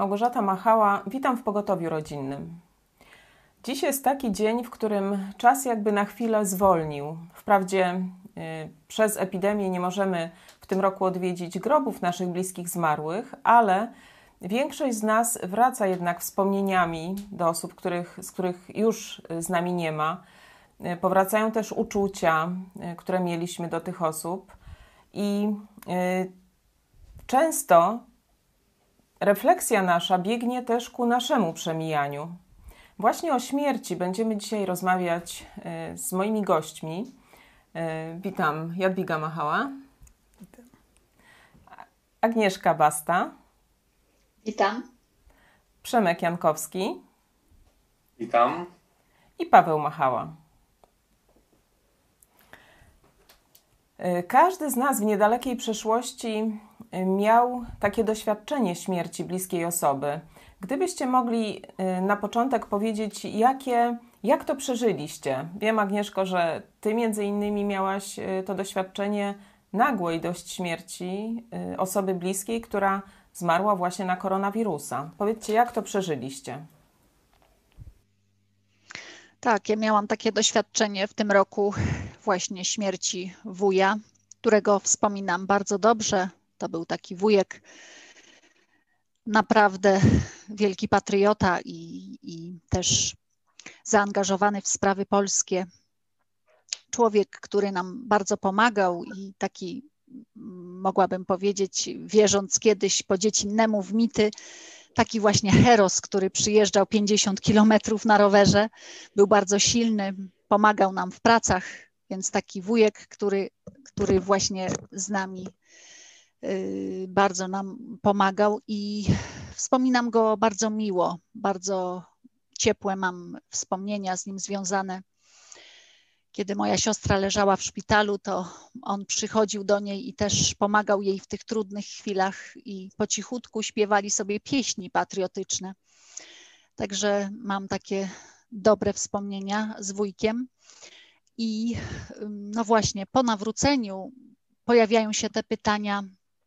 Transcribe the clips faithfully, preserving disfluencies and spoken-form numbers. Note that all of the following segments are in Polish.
Małgorzata Machała, witam w Pogotowiu Rodzinnym. Dziś jest taki dzień, w którym czas jakby na chwilę zwolnił. Wprawdzie y, przez epidemię nie możemy w tym roku odwiedzić grobów naszych bliskich zmarłych, ale większość z nas wraca jednak wspomnieniami do osób, których, z których już z nami nie ma. Y, powracają też uczucia, y, które mieliśmy do tych osób i y, często refleksja nasza biegnie też ku naszemu przemijaniu. Właśnie o śmierci będziemy dzisiaj rozmawiać z moimi gośćmi. Witam, Jadwiga Machała. Witam. Agnieszka Basta. Witam. Przemek Jankowski. Witam. I Paweł Machała. Każdy z nas w niedalekiej przeszłości miał takie doświadczenie śmierci bliskiej osoby. Gdybyście mogli na początek powiedzieć, jakie, jak to przeżyliście? Wiem, Agnieszko, że Ty między innymi miałaś to doświadczenie nagłej dość śmierci osoby bliskiej, która zmarła właśnie na koronawirusa. Powiedzcie, jak to przeżyliście? Tak, ja miałam takie doświadczenie w tym roku właśnie śmierci wuja, którego wspominam bardzo dobrze. To był taki wujek, naprawdę wielki patriota i, i też zaangażowany w sprawy polskie. Człowiek, który nam bardzo pomagał i taki, mogłabym powiedzieć, wierząc kiedyś po dziecinnemu w mity, taki właśnie heros, który przyjeżdżał pięćdziesiąt kilometrów na rowerze, był bardzo silny, pomagał nam w pracach, więc taki wujek, który, który właśnie z nami yy, bardzo nam pomagał i wspominam go bardzo miło, bardzo ciepłe mam wspomnienia z nim związane. Kiedy moja siostra leżała w szpitalu, to on przychodził do niej i też pomagał jej w tych trudnych chwilach i po cichutku śpiewali sobie pieśni patriotyczne. Także mam takie dobre wspomnienia z wujkiem. I no właśnie, po nawróceniu pojawiają się te pytania.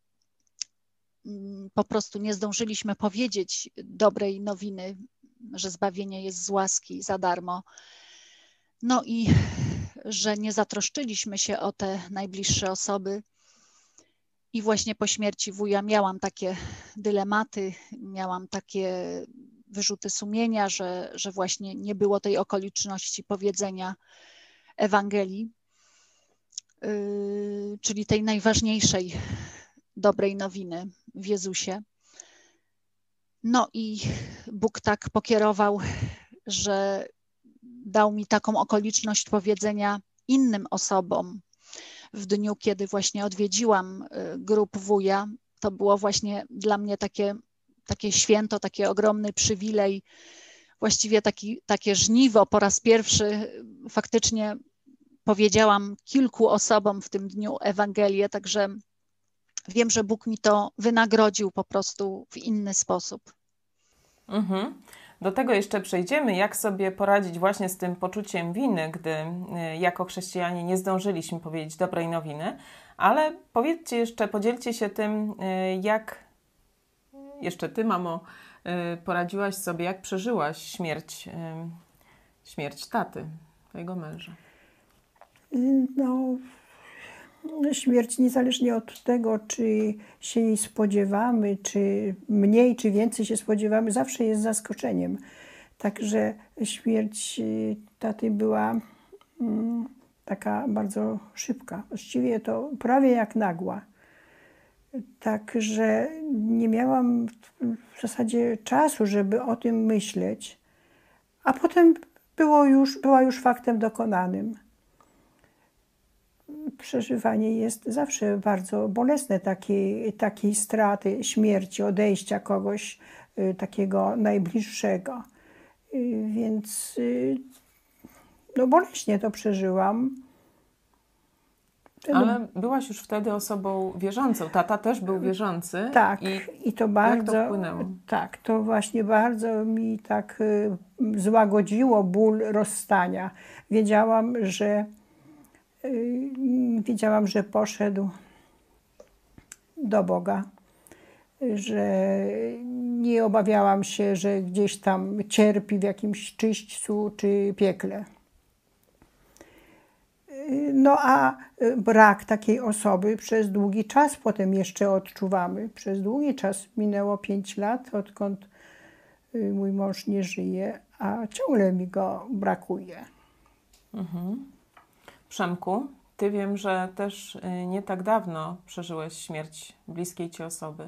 Po prostu nie zdążyliśmy powiedzieć dobrej nowiny, że zbawienie jest z łaski za darmo. No i że nie zatroszczyliśmy się o te najbliższe osoby. I właśnie po śmierci wuja miałam takie dylematy, miałam takie wyrzuty sumienia, że, że właśnie nie było tej okoliczności powiedzenia Ewangelii, yy, czyli tej najważniejszej dobrej nowiny w Jezusie. No i Bóg tak pokierował, że dał mi taką okoliczność powiedzenia innym osobom w dniu, kiedy właśnie odwiedziłam grób wuja. To było właśnie dla mnie takie, takie święto, taki ogromny przywilej, właściwie taki, takie żniwo. Po raz pierwszy faktycznie powiedziałam kilku osobom w tym dniu Ewangelię, także wiem, że Bóg mi to wynagrodził po prostu w inny sposób. Mhm. Do tego jeszcze przejdziemy, jak sobie poradzić właśnie z tym poczuciem winy, gdy jako chrześcijanie nie zdążyliśmy powiedzieć dobrej nowiny, ale powiedzcie jeszcze, podzielcie się tym, jak jeszcze Ty, mamo, poradziłaś sobie, jak przeżyłaś śmierć, śmierć taty, twojego męża. No, śmierć niezależnie od tego, czy się jej spodziewamy, czy mniej, czy więcej się spodziewamy, zawsze jest zaskoczeniem. Także śmierć taty była mm, taka bardzo szybka. Właściwie to prawie jak nagła. Także nie miałam w zasadzie czasu, żeby o tym myśleć, a potem było już, była już faktem dokonanym. Przeżywanie jest zawsze bardzo bolesne takiej, takiej straty, śmierci, odejścia kogoś y, takiego najbliższego. Y, więc y, no boleśnie to przeżyłam. Ale byłaś już wtedy osobą wierzącą. Tata też był wierzący. Tak, i, i to bardzo, jak to wpłynęło? Tak, to właśnie bardzo mi tak y, złagodziło ból rozstania. Wiedziałam, że Wiedziałam, że poszedł do Boga, że nie obawiałam się, że gdzieś tam cierpi w jakimś czyśćcu czy piekle. No a brak takiej osoby przez długi czas potem jeszcze odczuwamy. Przez długi czas minęło pięć lat, odkąd mój mąż nie żyje, a ciągle mi go brakuje. Mhm. Przemku, ty wiem, że też nie tak dawno przeżyłeś śmierć bliskiej ci osoby.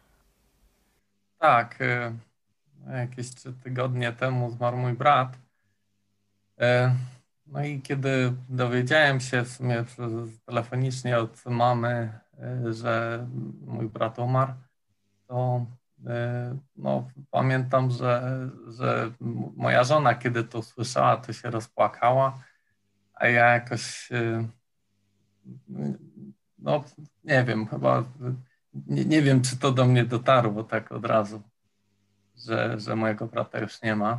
Tak, jakieś trzy tygodnie temu zmarł mój brat. No i kiedy dowiedziałem się w sumie telefonicznie od mamy, że mój brat umarł, to no, pamiętam, że, że moja żona, kiedy to usłyszała, to się rozpłakała, a ja jakoś, no nie wiem, chyba nie, nie wiem, czy to do mnie dotarło tak od razu, że, że mojego brata już nie ma.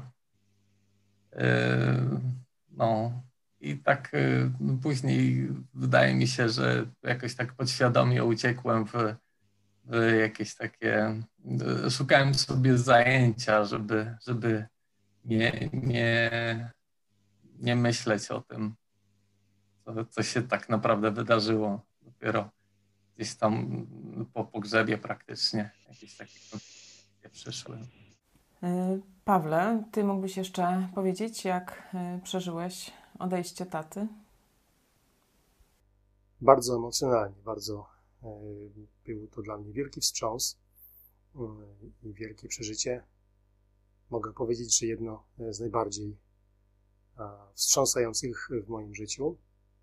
No i tak później wydaje mi się, że jakoś tak podświadomie uciekłem w, w jakieś takie, szukałem sobie zajęcia, żeby, żeby nie, nie, nie myśleć o tym, co, co się tak naprawdę wydarzyło. Dopiero gdzieś tam po pogrzebie praktycznie jakieś takie konflikty przyszły. Pawle, ty mógłbyś jeszcze powiedzieć, jak przeżyłeś odejście taty? Bardzo emocjonalnie, bardzo był to dla mnie wielki wstrząs i wielkie przeżycie. Mogę powiedzieć, że jedno z najbardziej wstrząsających w moim życiu.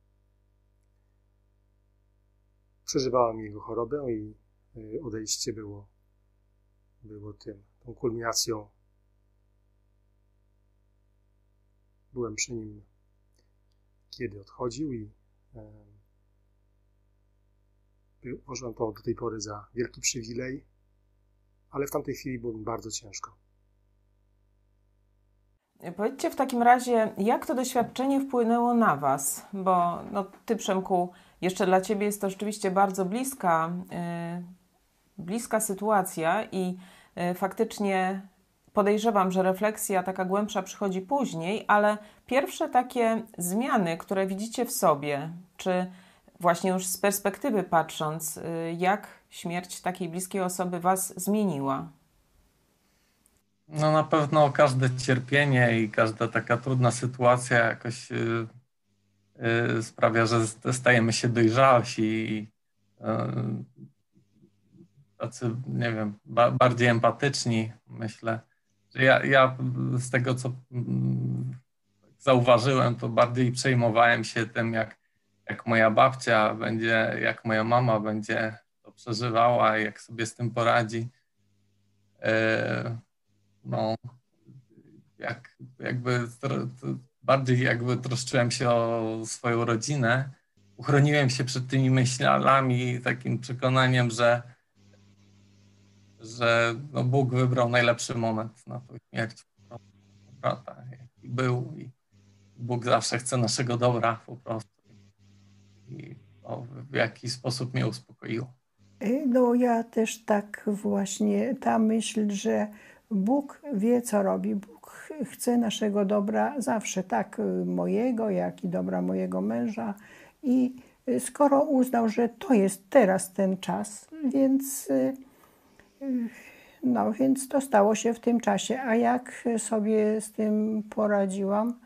Przeżywałem jego chorobę i odejście było, było tym, tą kulminacją. Byłem przy nim, kiedy odchodził i e, uważam to do tej pory za wielki przywilej, ale w tamtej chwili było mi bardzo ciężko. Powiedzcie w takim razie, jak to doświadczenie wpłynęło na was? Bo no, ty, Przemku, jeszcze dla ciebie jest to rzeczywiście bardzo bliska, yy, bliska sytuacja i yy, faktycznie podejrzewam, że refleksja taka głębsza przychodzi później, ale pierwsze takie zmiany, które widzicie w sobie, czy właśnie już z perspektywy patrząc, jak śmierć takiej bliskiej osoby was zmieniła? No na pewno każde cierpienie i każda taka trudna sytuacja jakoś yy, yy, sprawia, że stajemy się dojrzalsi i yy, tacy, nie wiem, ba bardziej empatyczni, myślę. Ja, ja z tego, co zauważyłem, to bardziej przejmowałem się tym, jak, jak moja babcia będzie, jak moja mama będzie to przeżywała, jak sobie z tym poradzi. No, jak, jakby bardziej jakby troszczyłem się o swoją rodzinę. Uchroniłem się przed tymi myślami, takim przekonaniem, że że no Bóg wybrał najlepszy moment na tą śmierć brata, jaki był i Bóg zawsze chce naszego dobra po prostu. I to w jakiś sposób mnie uspokoiło. No ja też tak właśnie, ta myśl, że Bóg wie, co robi. Bóg chce naszego dobra zawsze, tak mojego, jak i dobra mojego męża. I skoro uznał, że to jest teraz ten czas, więc no więc to stało się w tym czasie. A jak sobie z tym poradziłam?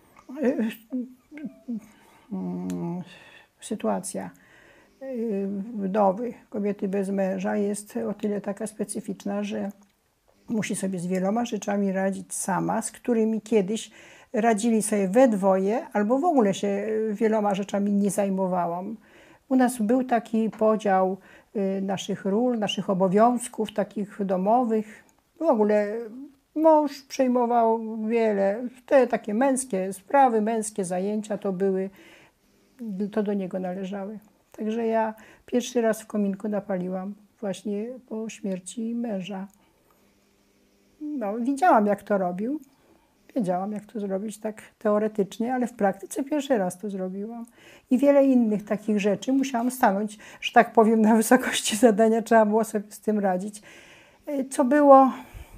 Sytuacja wdowy, kobiety bez męża jest o tyle taka specyficzna, że musi sobie z wieloma rzeczami radzić sama, z którymi kiedyś radzili sobie we dwoje, albo w ogóle się wieloma rzeczami nie zajmowałam. U nas był taki podział naszych ról, naszych obowiązków takich domowych. W ogóle mąż przejmował wiele, te takie męskie sprawy, męskie zajęcia to były, to do niego należały. Także ja pierwszy raz w kominku napaliłam właśnie po śmierci męża. No, widziałam, jak to robił. Wiedziałam, jak to zrobić tak teoretycznie, ale w praktyce pierwszy raz to zrobiłam. I wiele innych takich rzeczy musiałam stanąć, że tak powiem, na wysokości zadania. Trzeba było sobie z tym radzić. Co było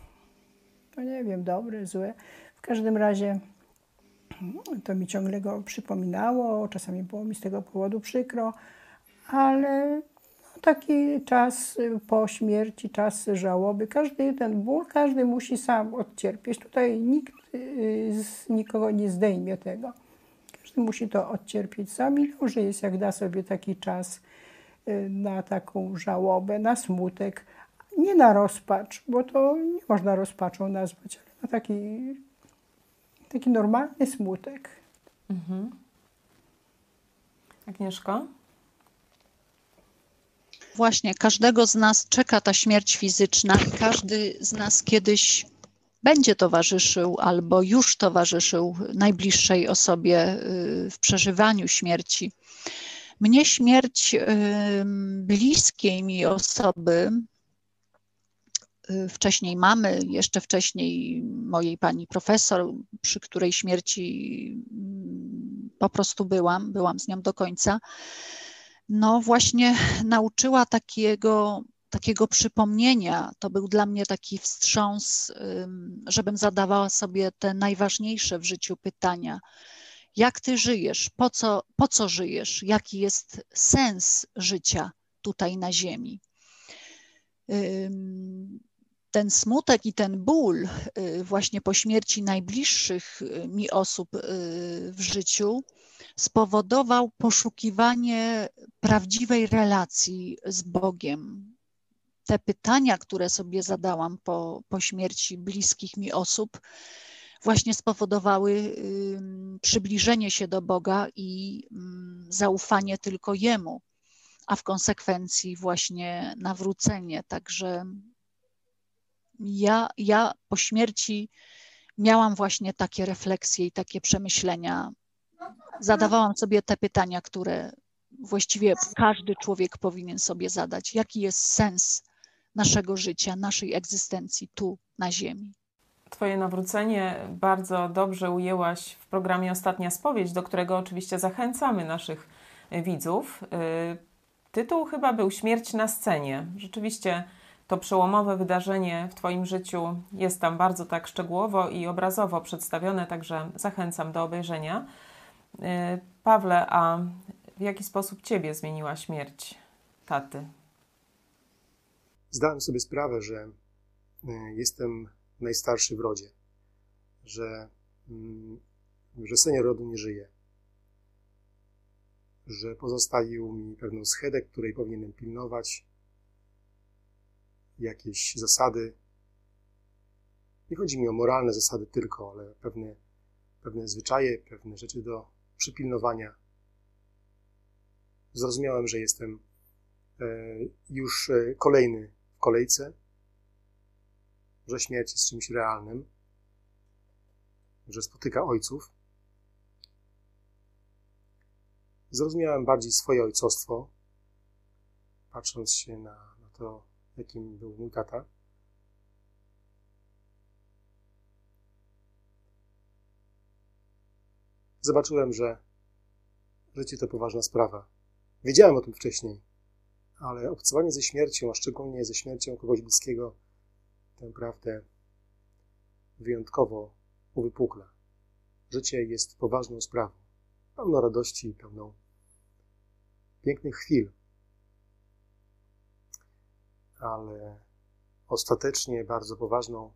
no nie wiem, dobre, złe. W każdym razie to mi ciągle go przypominało, czasami było mi z tego powodu przykro, ale taki czas po śmierci, czas żałoby, każdy ten ból, każdy musi sam odcierpieć. Tutaj nikt z nikogo nie zdejmie tego. Każdy musi to odcierpieć sam i dobrze jest, jak da sobie taki czas na taką żałobę, na smutek, nie na rozpacz, bo to nie można rozpaczą nazwać, ale na taki, taki normalny smutek. Mhm. Agnieszko? Właśnie, każdego z nas czeka ta śmierć fizyczna i każdy z nas kiedyś będzie towarzyszył albo już towarzyszył najbliższej osobie w przeżywaniu śmierci. Mnie śmierć bliskiej mi osoby, wcześniej mamy, jeszcze wcześniej mojej pani profesor, przy której śmierci po prostu byłam, byłam z nią do końca, no właśnie nauczyła takiego, takiego przypomnienia. To był dla mnie taki wstrząs, żebym zadawała sobie te najważniejsze w życiu pytania. Jak ty żyjesz? Po co, po co żyjesz? Jaki jest sens życia tutaj na ziemi? Ten smutek i ten ból właśnie po śmierci najbliższych mi osób w życiu spowodował poszukiwanie prawdziwej relacji z Bogiem. Te pytania, które sobie zadałam po, po śmierci bliskich mi osób, właśnie spowodowały przybliżenie się do Boga i zaufanie tylko Jemu, a w konsekwencji właśnie nawrócenie. Także ja, ja po śmierci miałam właśnie takie refleksje i takie przemyślenia. Zadawałam sobie te pytania, które właściwie każdy człowiek powinien sobie zadać. Jaki jest sens naszego życia, naszej egzystencji tu na ziemi? Twoje nawrócenie bardzo dobrze ujęłaś w programie Ostatnia Spowiedź, do którego oczywiście zachęcamy naszych widzów. Tytuł chyba był Śmierć na scenie. Rzeczywiście to przełomowe wydarzenie w Twoim życiu jest tam bardzo tak szczegółowo i obrazowo przedstawione, także zachęcam do obejrzenia. Pawle, a w jaki sposób Ciebie zmieniła śmierć taty? Zdałem sobie sprawę, że jestem najstarszy w rodzie, że, że senior rodu nie żyje, że pozostawił mi pewną schedę, której powinienem pilnować, jakieś zasady. Nie chodzi mi o moralne zasady tylko, ale pewne, pewne zwyczaje, pewne rzeczy do przypilnowania. Zrozumiałem, że jestem już kolejny w kolejce, że śmierć jest czymś realnym, że spotyka ojców. Zrozumiałem bardziej swoje ojcostwo, patrząc się na, na to, jakim był mój tata. Zobaczyłem, że życie to poważna sprawa. Wiedziałem o tym wcześniej, ale obcowanie ze śmiercią, a szczególnie ze śmiercią kogoś bliskiego, tę prawdę wyjątkowo uwypukla. Życie jest poważną sprawą, pełną radości, pełną pięknych chwil, ale ostatecznie bardzo poważną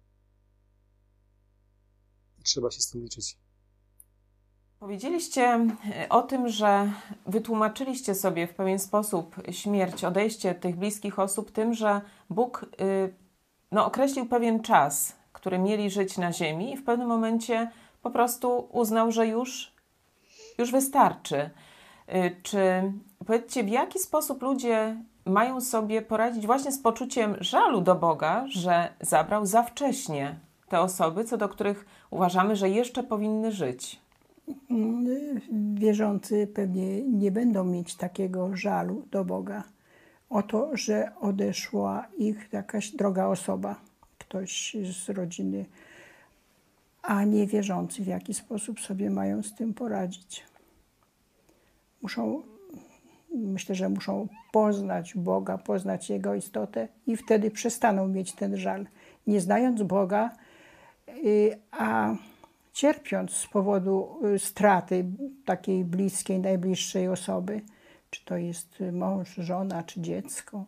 i trzeba się z tym liczyć. Powiedzieliście o tym, że wytłumaczyliście sobie w pewien sposób śmierć, odejście tych bliskich osób tym, że Bóg no, określił pewien czas, który mieli żyć na ziemi i w pewnym momencie po prostu uznał, że już, już wystarczy. Czy powiedzcie, w jaki sposób ludzie mają sobie poradzić właśnie z poczuciem żalu do Boga, że zabrał za wcześnie te osoby, co do których uważamy, że jeszcze powinny żyć? Wierzący pewnie nie będą mieć takiego żalu do Boga o to, że odeszła ich jakaś droga osoba, ktoś z rodziny, a niewierzący w jaki sposób sobie mają z tym poradzić. Muszą, myślę, że muszą poznać Boga, poznać Jego istotę i wtedy przestaną mieć ten żal. Nie znając Boga, a cierpiąc z powodu straty takiej bliskiej, najbliższej osoby, czy to jest mąż, żona, czy dziecko,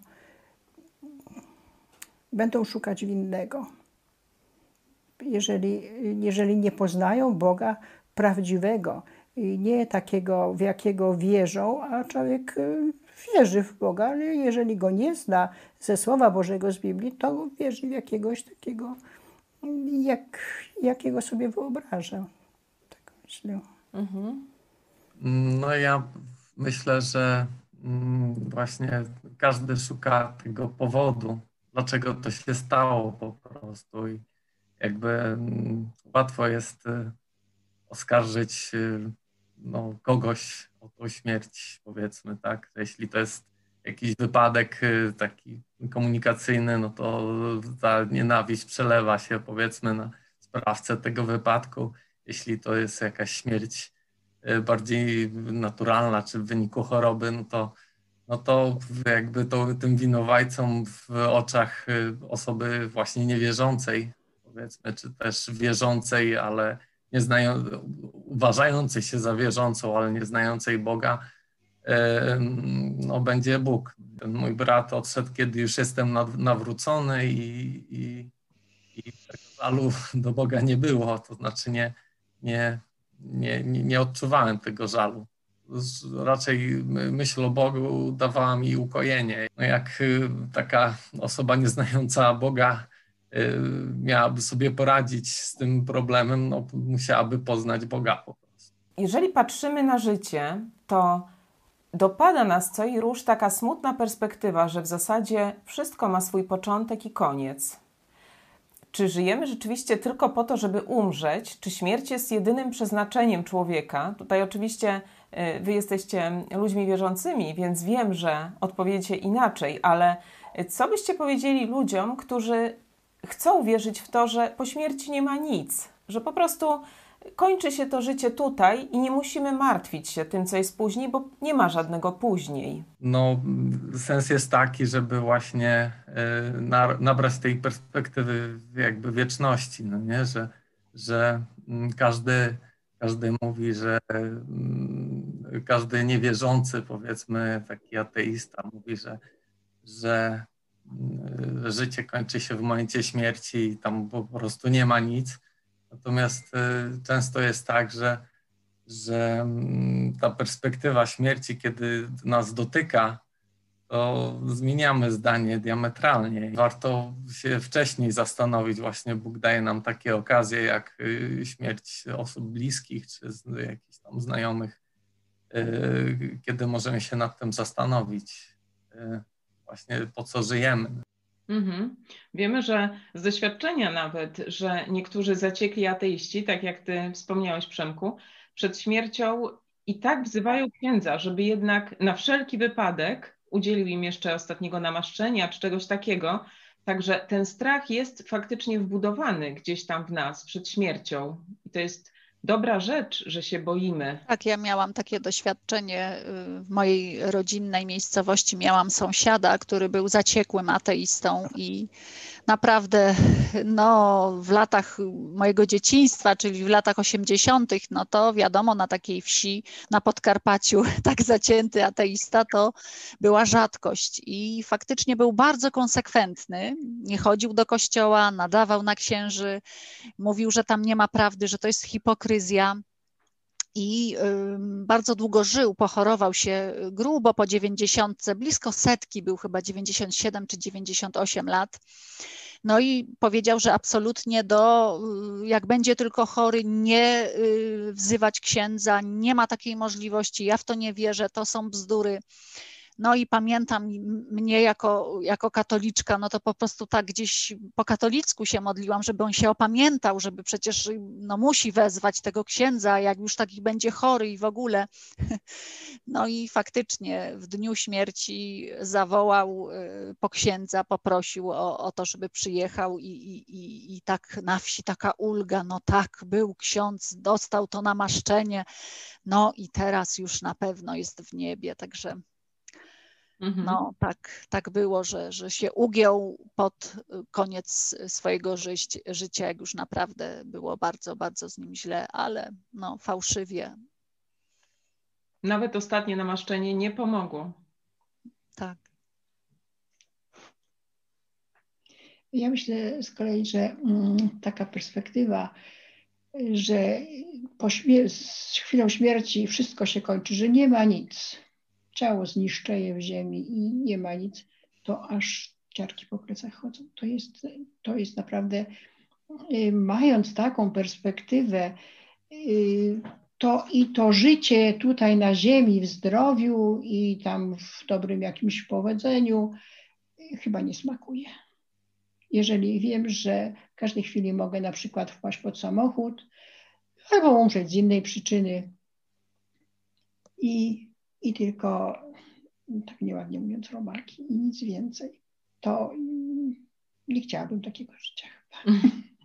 będą szukać winnego. Jeżeli, jeżeli nie poznają Boga prawdziwego, nie takiego, w jakiego wierzą, a człowiek wierzy w Boga, ale jeżeli go nie zna ze Słowa Bożego, z Biblii, to wierzy w jakiegoś takiego, jak, jakiego sobie wyobraża. Tak myślę. Mhm. No ja myślę, że właśnie każdy szuka tego powodu, dlaczego to się stało po prostu. I jakby łatwo jest oskarżyć no, kogoś o tą śmierć, powiedzmy, tak. Jeśli to jest jakiś wypadek taki komunikacyjny, no to ta nienawiść przelewa się, powiedzmy, na sprawcę tego wypadku. Jeśli to jest jakaś śmierć bardziej naturalna, czy w wyniku choroby, no to, no to jakby to, tym winowajcą w oczach osoby właśnie niewierzącej, powiedzmy, czy też wierzącej, ale nie znają, uważającej się za wierzącą, ale nie znającej Boga, no będzie Bóg. Ten mój brat odszedł, kiedy już jestem nawrócony i, i, i tego żalu do Boga nie było, to znaczy nie, nie, nie, nie odczuwałem tego żalu. Raczej myśl o Bogu dawała mi ukojenie. No jak taka osoba nieznająca Boga miałaby sobie poradzić z tym problemem, no musiałaby poznać Boga po prostu. Jeżeli patrzymy na życie, to dopada nas co i róż taka smutna perspektywa, że w zasadzie wszystko ma swój początek i koniec. Czy żyjemy rzeczywiście tylko po to, żeby umrzeć? Czy śmierć jest jedynym przeznaczeniem człowieka? Tutaj oczywiście wy jesteście ludźmi wierzącymi, więc wiem, że odpowiedziecie inaczej, ale co byście powiedzieli ludziom, którzy chcą wierzyć w to, że po śmierci nie ma nic, że po prostu kończy się to życie tutaj i nie musimy martwić się tym, co jest później, bo nie ma żadnego później. No, sens jest taki, żeby właśnie nabrać tej perspektywy jakby wieczności, no nie? Że, że każdy, każdy mówi, że każdy niewierzący, powiedzmy taki ateista mówi, że, że życie kończy się w momencie śmierci i tam po prostu nie ma nic. Natomiast często jest tak, że, że ta perspektywa śmierci, kiedy nas dotyka, to zmieniamy zdanie diametralnie. Warto się wcześniej zastanowić. Właśnie Bóg daje nam takie okazje, jak śmierć osób bliskich czy jakichś tam znajomych, kiedy możemy się nad tym zastanowić. Właśnie po co żyjemy. Mhm. Wiemy, że z doświadczenia nawet, że niektórzy zaciekli ateiści, tak jak ty wspomniałeś, Przemku, przed śmiercią i tak wzywają księdza, żeby jednak na wszelki wypadek udzielił im jeszcze ostatniego namaszczenia czy czegoś takiego. Także ten strach jest faktycznie wbudowany gdzieś tam w nas przed śmiercią. I to jest dobra rzecz, że się boimy. Tak, ja miałam takie doświadczenie w mojej rodzinnej miejscowości. Miałam sąsiada, który był zaciekłym ateistą i naprawdę no, w latach mojego dzieciństwa, czyli w latach osiemdziesiątych, no to wiadomo, na takiej wsi na Podkarpaciu tak zacięty ateista to była rzadkość i faktycznie był bardzo konsekwentny. Nie chodził do kościoła, nadawał na księży, mówił, że tam nie ma prawdy, że to jest hipokryzja. I bardzo długo żył, pochorował się grubo po dziewięćdziesiątce, blisko setki, był chyba dziewięćdziesiąt siedem czy dziewięćdziesiąt osiem lat. No i powiedział, że absolutnie do, jak będzie tylko chory, nie wzywać księdza, nie ma takiej możliwości, ja w to nie wierzę, to są bzdury. No i pamiętam mnie jako, jako katoliczka, no to po prostu tak gdzieś po katolicku się modliłam, żeby on się opamiętał, żeby przecież no, musi wezwać tego księdza, jak już taki będzie chory i w ogóle. No i faktycznie w dniu śmierci zawołał po księdza, poprosił o, o to, żeby przyjechał i, i, i, i tak na wsi taka ulga, no tak, był ksiądz, dostał to namaszczenie, no i teraz już na pewno jest w niebie, także... Mhm. No tak, tak było, że, że się ugiął pod koniec swojego żyć, życia, jak już naprawdę było bardzo, bardzo z nim źle, ale no fałszywie. Nawet ostatnie namaszczenie nie pomogło. Tak. Ja myślę z kolei, że mm, taka perspektywa, że po śmier- z chwilą śmierci wszystko się kończy, że nie ma nic. Ciało zniszczeje w ziemi i nie ma nic, to aż ciarki po plecach chodzą. To jest, to jest naprawdę, y, mając taką perspektywę, y, to i to życie tutaj na ziemi w zdrowiu i tam w dobrym jakimś powodzeniu y, chyba nie smakuje. Jeżeli wiem, że w każdej chwili mogę na przykład wpaść pod samochód albo umrzeć z innej przyczyny i, i tylko, tak nieładnie mówiąc, robaki i nic więcej, to nie chciałabym takiego życia chyba.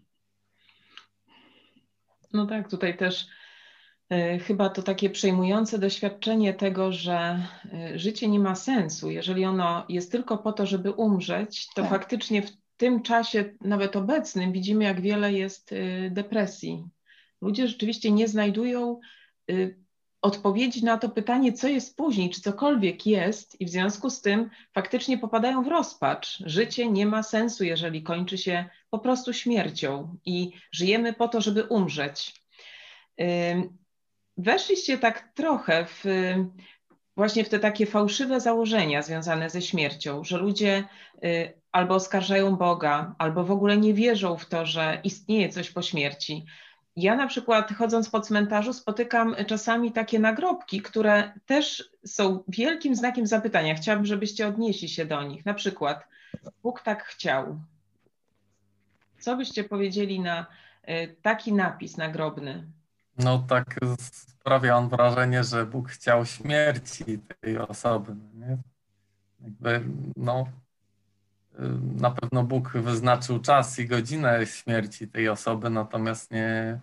No tak, tutaj też y, chyba to takie przejmujące doświadczenie tego, że y, życie nie ma sensu. Jeżeli ono jest tylko po to, żeby umrzeć, to Tak. faktycznie w tym czasie, nawet obecnym, widzimy, jak wiele jest y, depresji. Ludzie rzeczywiście nie znajdują y, odpowiedzi na to pytanie, co jest później, czy cokolwiek jest, i w związku z tym faktycznie popadają w rozpacz. Życie nie ma sensu, jeżeli kończy się po prostu śmiercią i żyjemy po to, żeby umrzeć. Weszliście tak trochę w, właśnie w te takie fałszywe założenia związane ze śmiercią, że ludzie albo oskarżają Boga, albo w ogóle nie wierzą w to, że istnieje coś po śmierci. Ja na przykład, chodząc po cmentarzu, spotykam czasami takie nagrobki, które też są wielkim znakiem zapytania. Chciałabym, żebyście odnieśli się do nich. Na przykład Bóg tak chciał. Co byście powiedzieli na taki napis nagrobny? No tak sprawia on wrażenie, że Bóg chciał śmierci tej osoby. Nie? Jakby, no, na pewno Bóg wyznaczył czas i godzinę śmierci tej osoby, natomiast nie,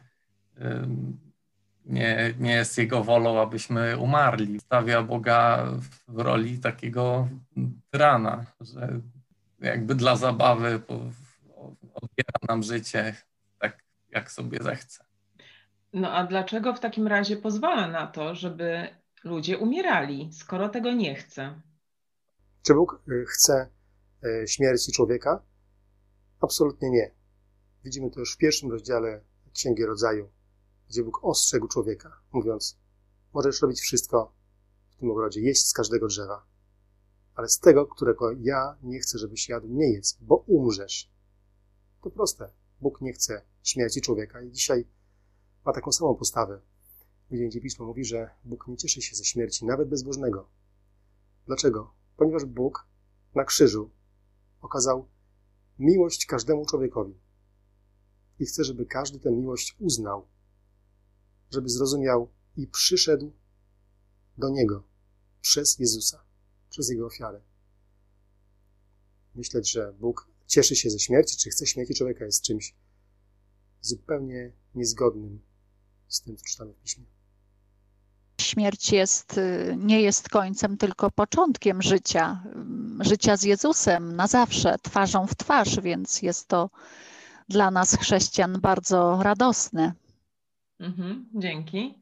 nie, nie jest Jego wolą, abyśmy umarli. Stawia Boga w roli takiego tyrana, że jakby dla zabawy odbiera nam życie tak, jak sobie zechce. No a dlaczego w takim razie pozwala na to, żeby ludzie umierali, skoro tego nie chce? Czy Bóg chce śmierci człowieka? Absolutnie nie. Widzimy to już w pierwszym rozdziale Księgi Rodzaju, gdzie Bóg ostrzegł człowieka, mówiąc: możesz robić wszystko w tym ogrodzie, jeść z każdego drzewa, ale z tego, którego ja nie chcę, żebyś jadł, nie jedz, bo umrzesz. To proste. Bóg nie chce śmierci człowieka i dzisiaj ma taką samą postawę. Gdzie indziej Pismo mówi, że Bóg nie cieszy się ze śmierci, nawet bezbożnego. Dlaczego? Ponieważ Bóg na krzyżu okazał miłość każdemu człowiekowi. I chce, żeby każdy tę miłość uznał, żeby zrozumiał i przyszedł do Niego przez Jezusa, przez Jego ofiarę. Myśleć, że Bóg cieszy się ze śmierci, czy chce śmierci człowieka, jest czymś zupełnie niezgodnym z tym, co czytamy w Piśmie. Śmierć jest, nie jest końcem, tylko początkiem życia, życia z Jezusem na zawsze, twarzą w twarz, więc jest to dla nas, chrześcijan, bardzo radosne. Mhm, dzięki.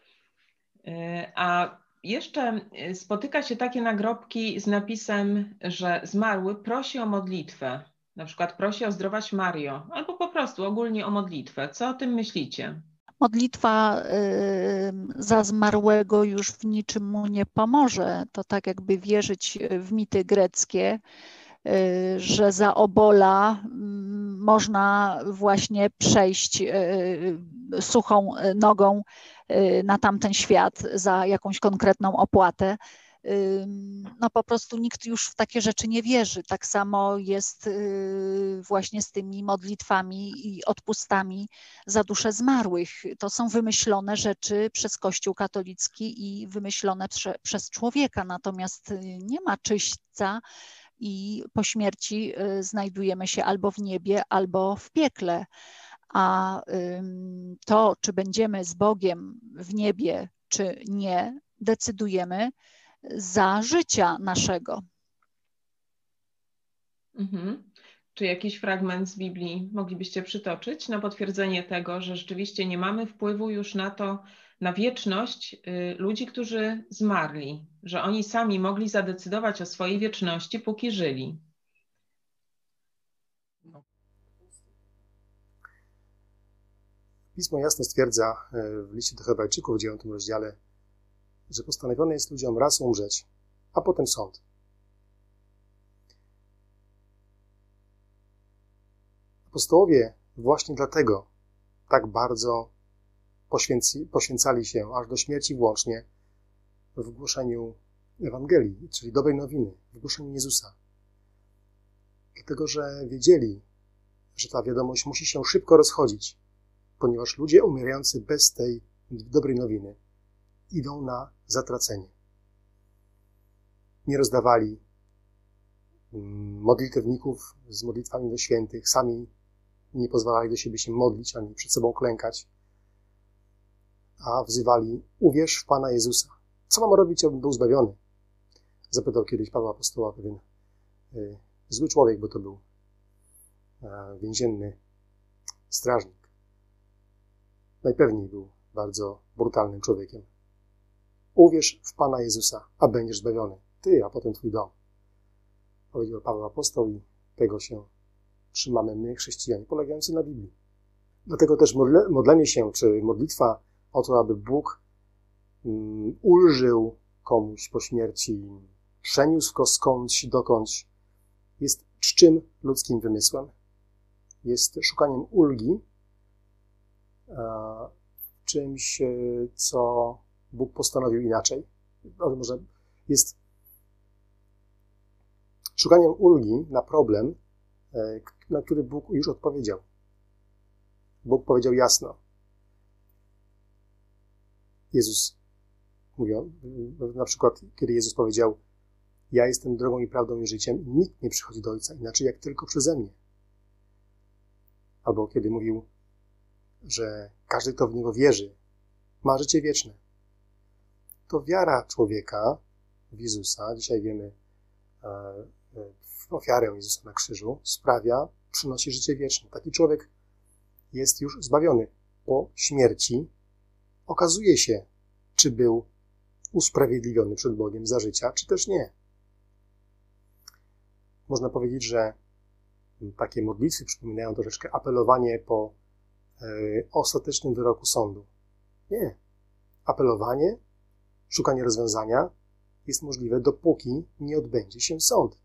A jeszcze spotyka się takie nagrobki z napisem, że zmarły prosi o modlitwę. Na przykład prosi o zdrowaś Mario, albo po prostu ogólnie o modlitwę. Co o tym myślicie? Modlitwa za zmarłego już w niczym mu nie pomoże. To tak jakby wierzyć w mity greckie, że za obola można właśnie przejść suchą nogą na tamten świat za jakąś konkretną opłatę. No po prostu nikt już w takie rzeczy nie wierzy. Tak samo jest właśnie z tymi modlitwami i odpustami za dusze zmarłych. To są wymyślone rzeczy przez Kościół katolicki i wymyślone prze, przez człowieka, natomiast nie ma czyśćca i po śmierci znajdujemy się albo w niebie, albo w piekle. A to, czy będziemy z Bogiem w niebie, czy nie, decydujemy za życia naszego. Mhm. Czy jakiś fragment z Biblii moglibyście przytoczyć na potwierdzenie tego, że rzeczywiście nie mamy wpływu już na to, na wieczność y, ludzi, którzy zmarli, że oni sami mogli zadecydować o swojej wieczności, póki żyli? Pismo jasno stwierdza w liście do Hebrajczyków w dziewiątym rozdziale, że postanowione jest ludziom raz umrzeć, a potem sąd. Apostołowie właśnie dlatego tak bardzo poświęci, poświęcali się aż do śmierci włącznie w głoszeniu Ewangelii, czyli dobrej nowiny, w głoszeniu Jezusa. Dlatego, że wiedzieli, że ta wiadomość musi się szybko rozchodzić, ponieważ ludzie umierający bez tej dobrej nowiny idą na zatracenie. Nie rozdawali modlitewników z modlitwami do świętych, sami nie pozwalali do siebie się modlić, ani przed sobą klękać, a wzywali: uwierz w Pana Jezusa. Co mam robić, abym był zbawiony? Zapytał kiedyś Pawła Apostoła pewien y, zły człowiek, bo to był y, więzienny strażnik. Najpewniej był bardzo brutalnym człowiekiem. Uwierz w Pana Jezusa, a będziesz zbawiony. Ty, a potem twój dom. Powiedział Paweł Apostoł i tego się trzymamy my, chrześcijanie, polegający na Biblii. Dlatego też modle, modlenie się, czy modlitwa o to, aby Bóg um, ulżył komuś po śmierci, przeniósł go skądś, dokądś, jest czczym ludzkim wymysłem. Jest szukaniem ulgi a, czymś, co Bóg postanowił inaczej. Może jest szukaniem ulgi na problem, na który Bóg już odpowiedział. Bóg powiedział jasno. Jezus mówił, na przykład, kiedy Jezus powiedział: ja jestem drogą i prawdą i życiem, i nikt nie przychodzi do Ojca inaczej, jak tylko przeze mnie. Albo kiedy mówił, że każdy, kto w Niego wierzy, ma życie wieczne. To wiara człowieka w Jezusa, dzisiaj wiemy, w ofiarę Jezusa na krzyżu, sprawia, przynosi życie wieczne. Taki człowiek jest już zbawiony. Po śmierci okazuje się, czy był usprawiedliwiony przed Bogiem za życia, czy też nie. Można powiedzieć, że takie modlitwy przypominają troszeczkę apelowanie po e, ostatecznym wyroku sądu. Nie. Apelowanie, szukanie rozwiązania jest możliwe, dopóki nie odbędzie się sąd.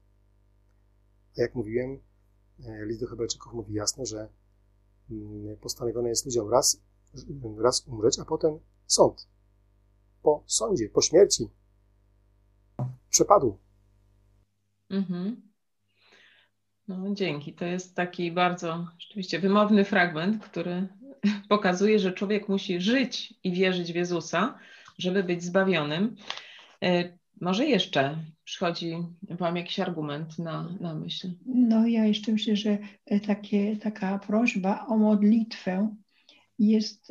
A jak mówiłem, list do Hebrajczyków mówi jasno, że postanowione jest ludziom raz, raz umrzeć, a potem sąd. Po sądzie, po śmierci przepadł. Mhm. No, dzięki. To jest taki bardzo rzeczywiście wymowny fragment, który pokazuje, że człowiek musi żyć i wierzyć w Jezusa, żeby być zbawionym. Może jeszcze przychodzi Wam jakiś argument na, na myśl? No ja jeszcze myślę, że takie, taka prośba o modlitwę jest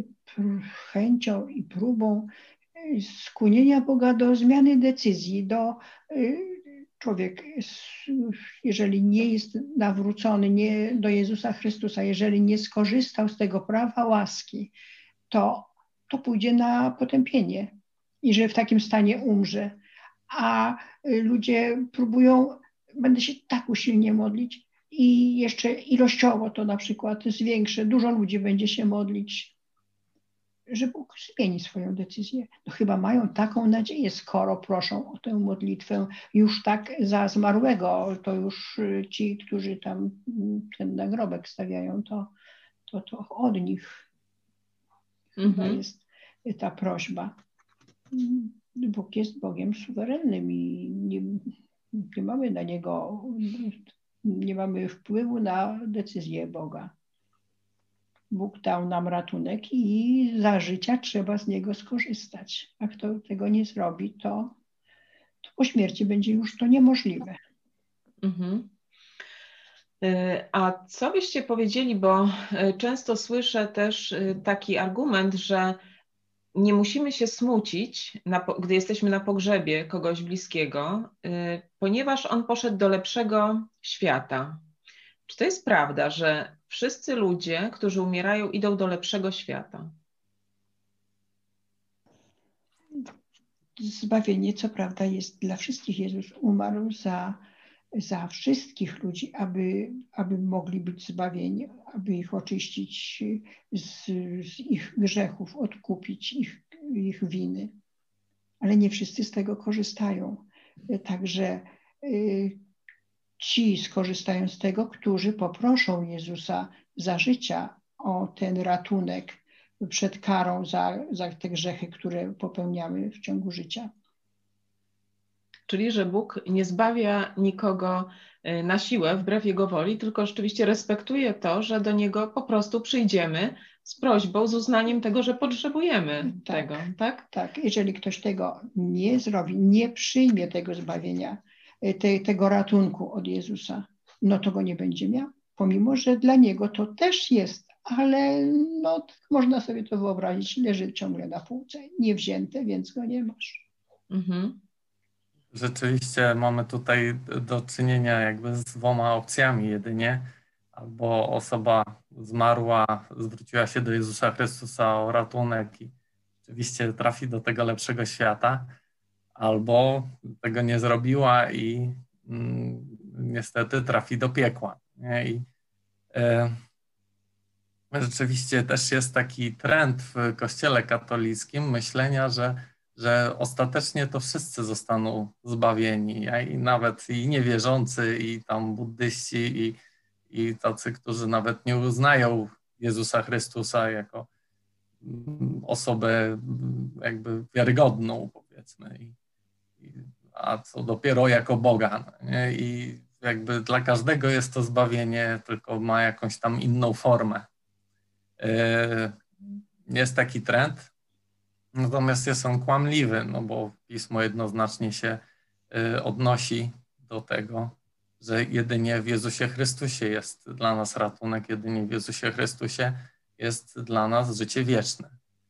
chęcią i próbą skłonienia Boga do zmiany decyzji, do człowiek, jeżeli nie jest nawrócony nie do Jezusa Chrystusa, jeżeli nie skorzystał z tego prawa łaski, to, to pójdzie na potępienie i że w takim stanie umrze. A ludzie próbują, będę się tak usilnie modlić i jeszcze ilościowo to na przykład zwiększę, dużo ludzi będzie się modlić, że Bóg zmieni swoją decyzję. No chyba mają taką nadzieję, skoro proszą o tę modlitwę już tak za zmarłego, to już ci, którzy tam ten nagrobek stawiają, to, to, to od nich mhm. chyba jest ta prośba. Bóg jest Bogiem suwerennym i nie, nie mamy na Niego, nie mamy wpływu na decyzję Boga. Bóg dał nam ratunek i za życia trzeba z niego skorzystać. A kto tego nie zrobi, to, to po śmierci będzie już to niemożliwe. Mhm. A co byście powiedzieli, bo często słyszę też taki argument, że nie musimy się smucić, na, gdy jesteśmy na pogrzebie kogoś bliskiego, y, ponieważ on poszedł do lepszego świata. Czy to jest prawda, że wszyscy ludzie, którzy umierają, idą do lepszego świata? Zbawienie, co prawda, jest dla wszystkich. Jezus umarł za, za wszystkich ludzi, aby, aby mogli być zbawieni, aby ich oczyścić z, z ich grzechów, odkupić ich, ich winy. Ale nie wszyscy z tego korzystają. Także y, ci skorzystają z tego, którzy poproszą Jezusa za życia o ten ratunek przed karą za, za te grzechy, które popełniamy w ciągu życia. Czyli, że Bóg nie zbawia nikogo na siłę, wbrew Jego woli, tylko rzeczywiście respektuje to, że do Niego po prostu przyjdziemy z prośbą, z uznaniem tego, że potrzebujemy tak, tego, tak? Tak, jeżeli ktoś tego nie zrobi, nie przyjmie tego zbawienia, te, tego ratunku od Jezusa, no to go nie będzie miał, pomimo że dla niego to też jest, ale no, tak można sobie to wyobrazić, leży ciągle na półce, niewzięte, więc go nie masz. Mhm. Rzeczywiście mamy tutaj do czynienia jakby z dwoma opcjami jedynie. Albo osoba zmarła, zwróciła się do Jezusa Chrystusa o ratunek i rzeczywiście trafi do tego lepszego świata, albo tego nie zrobiła i mm, niestety trafi do piekła. Nie? I e, rzeczywiście też jest taki trend w Kościele katolickim myślenia, że że ostatecznie to wszyscy zostaną zbawieni, i nawet i niewierzący, i tam buddyści, i, i tacy, którzy nawet nie uznają Jezusa Chrystusa jako osobę jakby wiarygodną, powiedzmy, i, i, a co dopiero jako Boga. Nie? I jakby dla każdego jest to zbawienie, tylko ma jakąś tam inną formę. Jest taki trend. Natomiast jest on kłamliwy, no bo Pismo jednoznacznie się y, odnosi do tego, że jedynie w Jezusie Chrystusie jest dla nas ratunek, jedynie w Jezusie Chrystusie jest dla nas życie wieczne.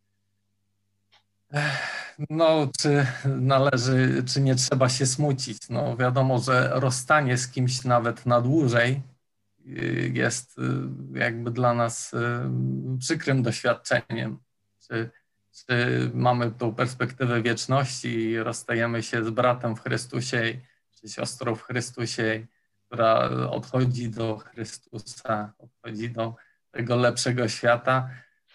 No, czy należy, czy nie trzeba się smucić? No wiadomo, że rozstanie z kimś nawet na dłużej y, jest y, jakby dla nas y, przykrym doświadczeniem. Czy Czy mamy tą perspektywę wieczności i rozstajemy się z bratem w Chrystusie, czy siostrą w Chrystusie, która odchodzi do Chrystusa, odchodzi do tego lepszego świata.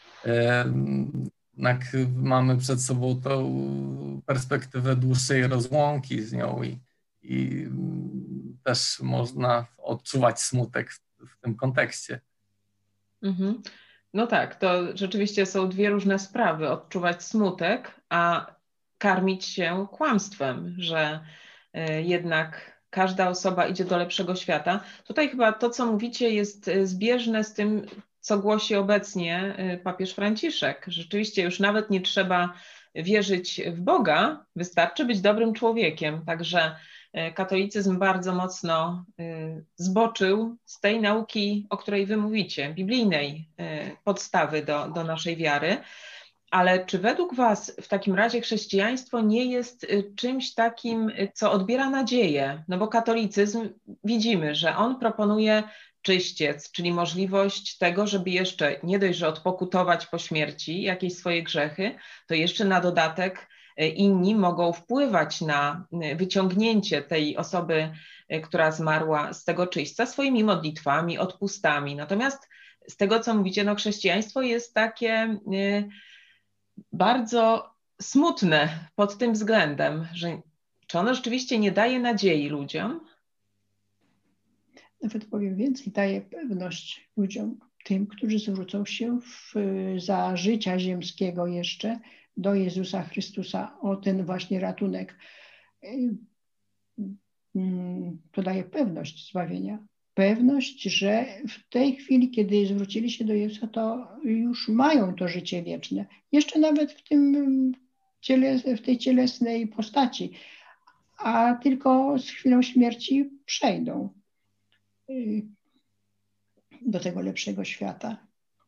Jednak mamy przed sobą tą perspektywę dłuższej rozłąki z nią i, i też można odczuwać smutek w, w tym kontekście. Mhm. No tak, to rzeczywiście są dwie różne sprawy. Odczuwać smutek, a karmić się kłamstwem, że jednak każda osoba idzie do lepszego świata. Tutaj chyba to, co mówicie, jest zbieżne z tym, co głosi obecnie papież Franciszek. Rzeczywiście już nawet nie trzeba wierzyć w Boga, wystarczy być dobrym człowiekiem. Także katolicyzm bardzo mocno zboczył z tej nauki, o której wy mówicie, biblijnej podstawy do, do naszej wiary. Ale czy według was w takim razie chrześcijaństwo nie jest czymś takim, co odbiera nadzieję? No bo katolicyzm, widzimy, że on proponuje czyściec, czyli możliwość tego, żeby jeszcze nie dość, że odpokutować po śmierci jakieś swoje grzechy, to jeszcze na dodatek inni mogą wpływać na wyciągnięcie tej osoby, która zmarła, z tego czyśćca swoimi modlitwami, odpustami. Natomiast z tego, co mówicie, no chrześcijaństwo jest takie bardzo smutne pod tym względem, że czy ono rzeczywiście nie daje nadziei ludziom? Nawet powiem więcej, daje pewność ludziom, tym, którzy zwrócą się w, za życia ziemskiego jeszcze do Jezusa Chrystusa o ten właśnie ratunek. To daje pewność zbawienia. Pewność, że w tej chwili, kiedy zwrócili się do Jezusa, to już mają to życie wieczne. Jeszcze nawet w, tym ciele, w tej cielesnej postaci, a tylko z chwilą śmierci przejdą do tego lepszego świata.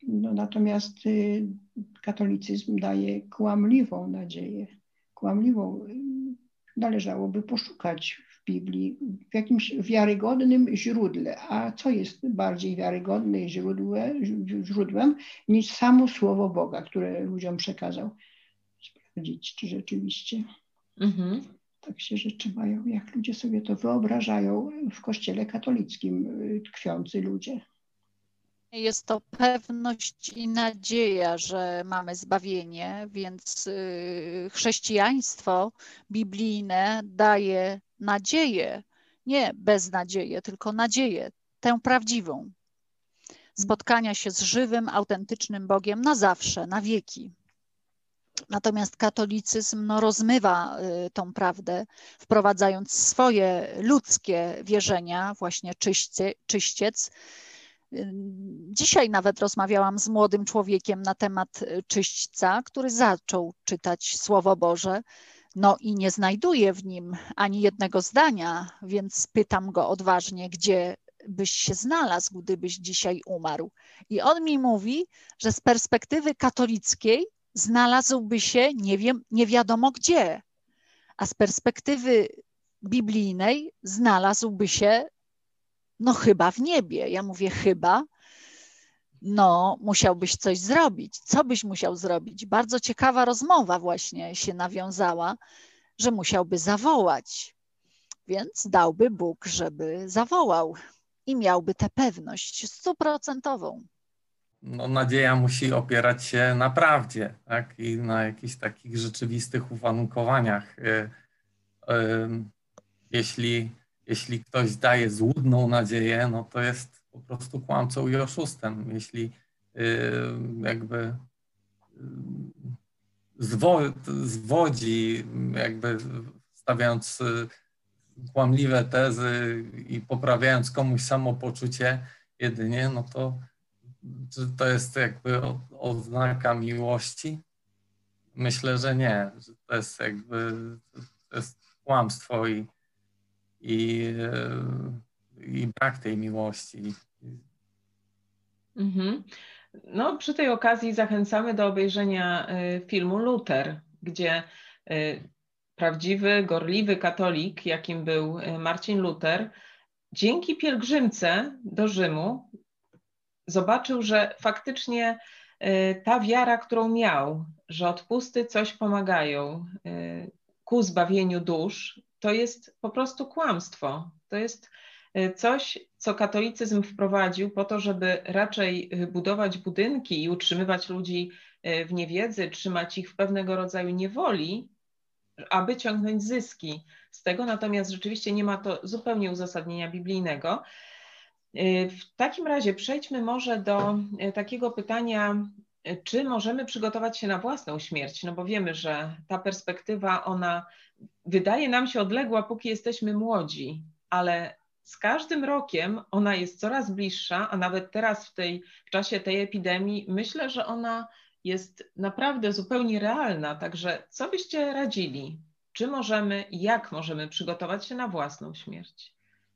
No, natomiast katolicyzm daje kłamliwą nadzieję. Kłamliwą należałoby poszukać w Biblii, w jakimś wiarygodnym źródle. A co jest bardziej wiarygodne źródłe, źródłem niż samo Słowo Boga, które ludziom przekazał? Sprawdzić, czy rzeczywiście mhm. tak się rzeczy mają, jak ludzie sobie to wyobrażają w Kościele katolickim tkwiący ludzie. Jest to pewność i nadzieja, że mamy zbawienie, więc chrześcijaństwo biblijne daje nadzieję, nie beznadzieję, tylko nadzieję, tę prawdziwą. Spotkania się z żywym, autentycznym Bogiem na zawsze, na wieki. Natomiast katolicyzm no, rozmywa y, tą prawdę, wprowadzając swoje ludzkie wierzenia, właśnie czyście, czyściec. Dzisiaj nawet rozmawiałam z młodym człowiekiem na temat czyśćca, który zaczął czytać Słowo Boże, no i nie znajduje w nim ani jednego zdania, więc pytam go odważnie, gdzie byś się znalazł, gdybyś dzisiaj umarł. I on mi mówi, że z perspektywy katolickiej znalazłby się nie wiem, nie wiadomo gdzie, a z perspektywy biblijnej znalazłby się no chyba w niebie. Ja mówię chyba, no musiałbyś coś zrobić. Co byś musiał zrobić? Bardzo ciekawa rozmowa właśnie się nawiązała, że musiałby zawołać. Więc dałby Bóg, żeby zawołał i miałby tę pewność stuprocentową. No, nadzieja musi opierać się na prawdzie, tak? I na jakichś takich rzeczywistych uwarunkowaniach. Jeśli Jeśli ktoś daje złudną nadzieję, no to jest po prostu kłamcą i oszustem. Jeśli jakby zwodzi, jakby stawiając kłamliwe tezy i poprawiając komuś samopoczucie jedynie, no to czy to jest jakby oznaka miłości? Myślę, że nie. Że to jest jakby to jest kłamstwo i I, i brak tej miłości. Mhm. No, przy tej okazji zachęcamy do obejrzenia filmu Luter, gdzie prawdziwy, gorliwy katolik, jakim był Marcin Luter, dzięki pielgrzymce do Rzymu zobaczył, że faktycznie ta wiara, którą miał, że odpusty coś pomagają ku zbawieniu dusz, to jest po prostu kłamstwo. To jest coś, co katolicyzm wprowadził po to, żeby raczej budować budynki i utrzymywać ludzi w niewiedzy, trzymać ich w pewnego rodzaju niewoli, aby ciągnąć zyski z tego. Natomiast rzeczywiście nie ma to zupełnie uzasadnienia biblijnego. W takim razie przejdźmy może do takiego pytania, czy możemy przygotować się na własną śmierć? No bo wiemy, że ta perspektywa, ona wydaje nam się odległa, póki jesteśmy młodzi, ale z każdym rokiem ona jest coraz bliższa, a nawet teraz w, tej, w czasie tej epidemii myślę, że ona jest naprawdę zupełnie realna. Także co byście radzili? Czy możemy i jak możemy przygotować się na własną śmierć?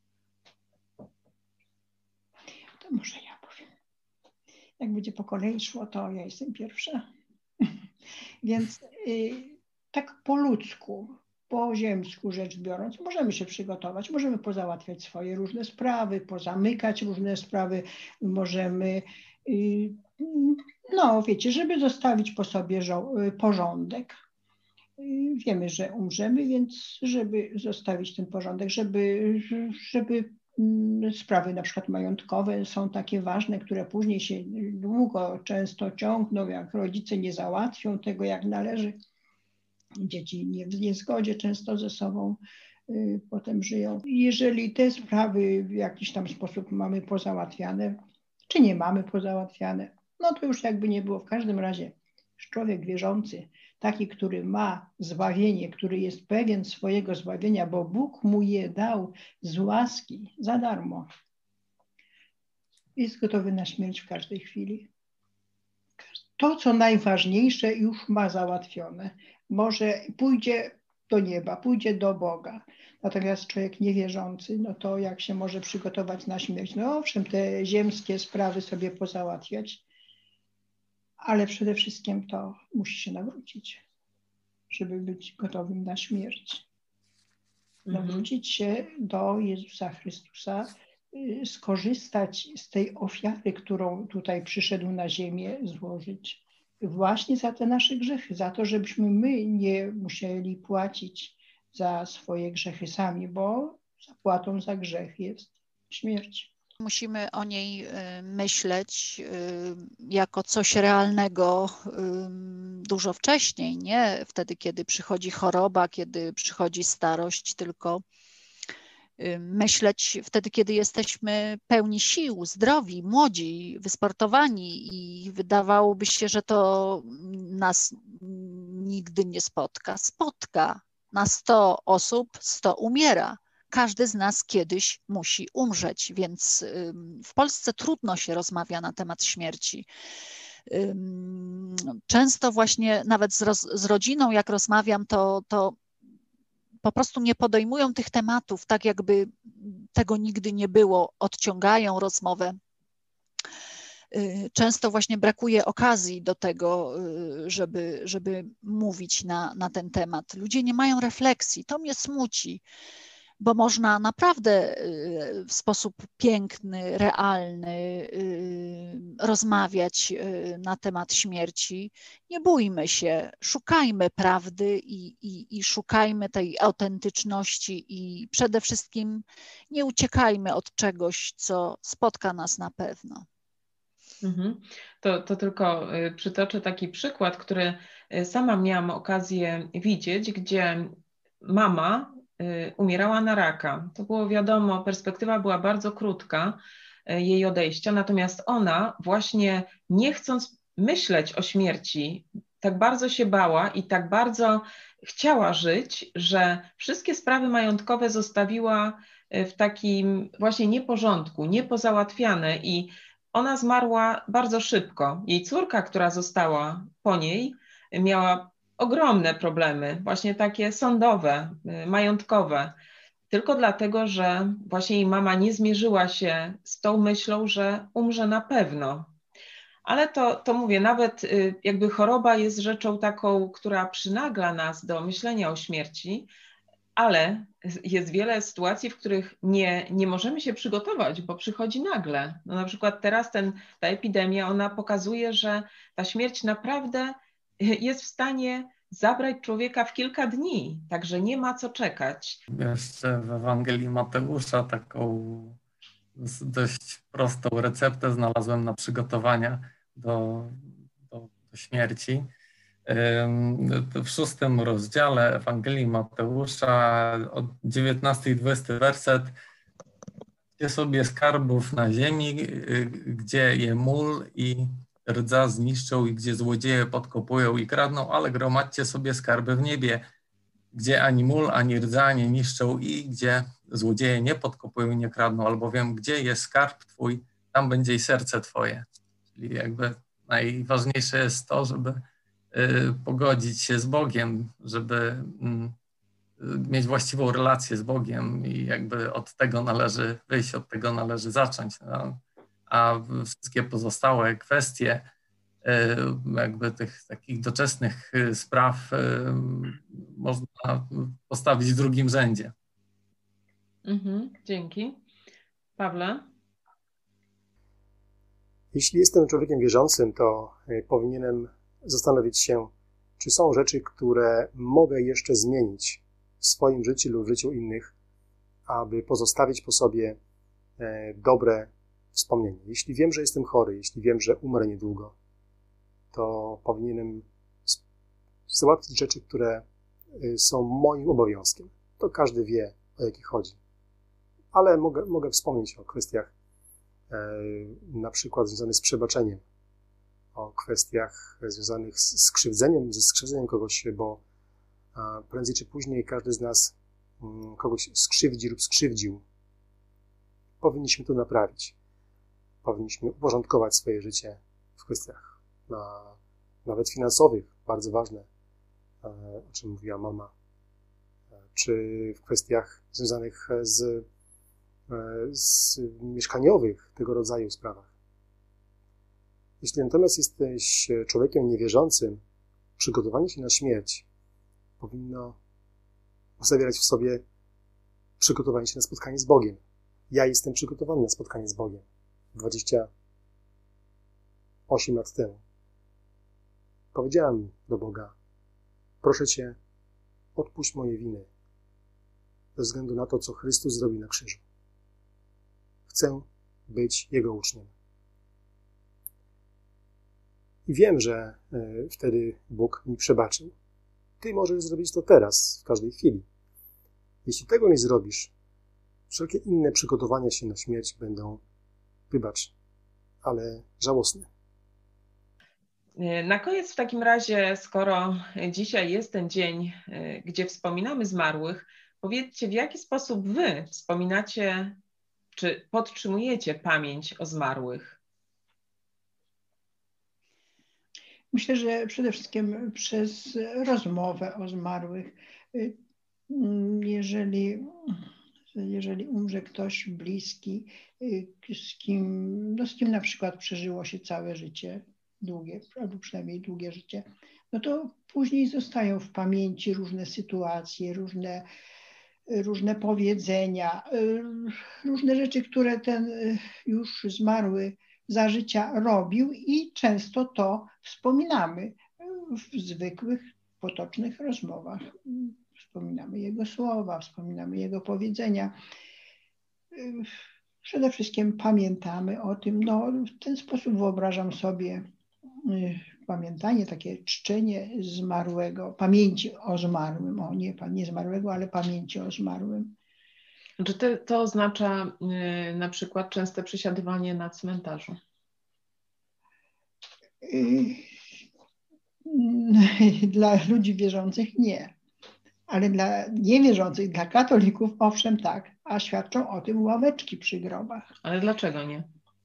To może ja powiem. Jak będzie po kolei szło, to ja jestem pierwsza. Więc y, tak po ludzku, po ziemsku rzecz biorąc, możemy się przygotować, możemy pozałatwiać swoje różne sprawy, pozamykać różne sprawy, możemy, y, no wiecie, żeby zostawić po sobie porządek. Y, wiemy, że umrzemy, więc żeby zostawić ten porządek, żeby, żeby sprawy na przykład majątkowe są takie ważne, które później się długo, często ciągną, jak rodzice nie załatwią tego jak należy. Dzieci nie w niezgodzie często ze sobą y, potem żyją. Jeżeli te sprawy w jakiś tam sposób mamy pozałatwiane, czy nie mamy pozałatwiane, no to już jakby nie było. W każdym razie człowiek wierzący, taki, który ma zbawienie, który jest pewien swojego zbawienia, bo Bóg mu je dał z łaski, za darmo, jest gotowy na śmierć w każdej chwili. To, co najważniejsze, już ma załatwione. Może pójdzie do nieba, pójdzie do Boga. Natomiast człowiek niewierzący, no to jak się może przygotować na śmierć? No owszem, te ziemskie sprawy sobie pozałatwiać, ale przede wszystkim to musi się nawrócić, żeby być gotowym na śmierć. Mhm. Nawrócić się do Jezusa Chrystusa, y, skorzystać z tej ofiary, którą tutaj przyszedł na ziemię złożyć, właśnie za te nasze grzechy, za to, żebyśmy my nie musieli płacić za swoje grzechy sami, bo zapłatą za grzech jest śmierć. Musimy o niej y, myśleć y, jako coś realnego y, dużo wcześniej, nie wtedy, kiedy przychodzi choroba, kiedy przychodzi starość, tylko y, myśleć wtedy, kiedy jesteśmy pełni sił, zdrowi, młodzi, wysportowani i wydawałoby się, że to nas nigdy nie spotka. Spotka. Na sto osób sto umiera. Każdy z nas kiedyś musi umrzeć, więc w Polsce trudno się rozmawia na temat śmierci. Często właśnie nawet z, roz, z rodziną, jak rozmawiam, to, to po prostu nie podejmują tych tematów, tak jakby tego nigdy nie było, odciągają rozmowę. Często właśnie brakuje okazji do tego, żeby, żeby mówić na, na ten temat. Ludzie nie mają refleksji, to mnie smuci, bo można naprawdę w sposób piękny, realny rozmawiać na temat śmierci. Nie bójmy się, szukajmy prawdy i, i, i szukajmy tej autentyczności i przede wszystkim nie uciekajmy od czegoś, co spotka nas na pewno. Mhm. To, to tylko y, przytoczę taki przykład, który y, sama miałam okazję widzieć, gdzie mama y, umierała na raka. To było wiadomo, perspektywa była bardzo krótka y, jej odejścia, natomiast ona właśnie nie chcąc myśleć o śmierci, tak bardzo się bała i tak bardzo chciała żyć, że wszystkie sprawy majątkowe zostawiła y, w takim właśnie nieporządku, niepozałatwiane i ona zmarła bardzo szybko. Jej córka, która została po niej, miała ogromne problemy, właśnie takie sądowe, majątkowe, tylko dlatego, że właśnie jej mama nie zmierzyła się z tą myślą, że umrze na pewno. Ale to, to mówię, nawet jakby choroba jest rzeczą taką, która przynagla nas do myślenia o śmierci, ale jest wiele sytuacji, w których nie, nie możemy się przygotować, bo przychodzi nagle. No na przykład teraz ten, ta epidemia, ona pokazuje, że ta śmierć naprawdę jest w stanie zabrać człowieka w kilka dni, także nie ma co czekać. Jeszcze w Ewangelii Mateusza taką dość prostą receptę znalazłem na przygotowania do, do, do śmierci. W szóstym rozdziale Ewangelii Mateusza, od dziewiętnasty i dwudziesty werset, gdzie sobie skarbów na ziemi, gdzie je mól i rdza zniszczą i gdzie złodzieje podkopują i kradną, ale gromadźcie sobie skarby w niebie, gdzie ani mól, ani rdza nie niszczą i gdzie złodzieje nie podkopują i nie kradną, albowiem gdzie jest skarb twój, tam będzie i serce twoje. Czyli jakby najważniejsze jest to, żeby pogodzić się z Bogiem, żeby mieć właściwą relację z Bogiem i jakby od tego należy wyjść, od tego należy zacząć. No. A wszystkie pozostałe kwestie jakby tych takich doczesnych spraw można postawić w drugim rzędzie. Mhm, dzięki. Pawle? Jeśli jestem człowiekiem wierzącym, to powinienem zastanowić się, czy są rzeczy, które mogę jeszcze zmienić w swoim życiu lub w życiu innych, aby pozostawić po sobie dobre wspomnienie. Jeśli wiem, że jestem chory, jeśli wiem, że umrę niedługo, to powinienem załatwić rzeczy, które są moim obowiązkiem. To każdy wie, o jakie chodzi. Ale mogę, mogę wspomnieć o kwestiach na przykład związanych z przebaczeniem, o kwestiach związanych z skrzywdzeniem, ze skrzywdzeniem kogoś, bo prędzej czy później każdy z nas kogoś skrzywdzi lub skrzywdził. Powinniśmy to naprawić. Powinniśmy uporządkować swoje życie w kwestiach nawet finansowych, bardzo ważne, o czym mówiła mama, czy w kwestiach związanych z, z mieszkaniowych, tego rodzaju sprawach. Jeśli natomiast jesteś człowiekiem niewierzącym, przygotowanie się na śmierć powinno zawierać w sobie przygotowanie się na spotkanie z Bogiem. Ja jestem przygotowany na spotkanie z Bogiem. dwadzieścia osiem lat temu powiedziałem do Boga: proszę Cię, odpuść moje winy ze względu na to, co Chrystus zrobił na krzyżu. Chcę być Jego uczniem. I wiem, że y, wtedy Bóg mi przebaczył. Ty możesz zrobić to teraz, w każdej chwili. Jeśli tego nie zrobisz, wszelkie inne przygotowania się na śmierć będą, wybacz, ale żałosne. Na koniec w takim razie, skoro dzisiaj jest ten dzień, gdzie wspominamy zmarłych, powiedzcie, w jaki sposób wy wspominacie, czy podtrzymujecie pamięć o zmarłych? Myślę, że przede wszystkim przez rozmowę o zmarłych. Jeżeli, jeżeli umrze ktoś bliski, z kim, no z kim na przykład przeżyło się całe życie, długie, albo przynajmniej długie życie, no to później zostają w pamięci różne sytuacje, różne, różne powiedzenia, różne rzeczy, które ten już zmarły za życia robił i często to wspominamy w zwykłych, potocznych rozmowach. Wspominamy jego słowa, wspominamy jego powiedzenia. Przede wszystkim pamiętamy o tym. No, w ten sposób wyobrażam sobie pamiętanie, takie czczenie zmarłego, pamięci o zmarłym, o nie, nie zmarłego, ale pamięci o zmarłym. Czy to, to oznacza yy, na przykład częste przesiadywanie na cmentarzu? Dla ludzi wierzących nie, ale dla niewierzących, dla katolików owszem tak, a świadczą o tym ławeczki przy grobach. Ale dlaczego nie?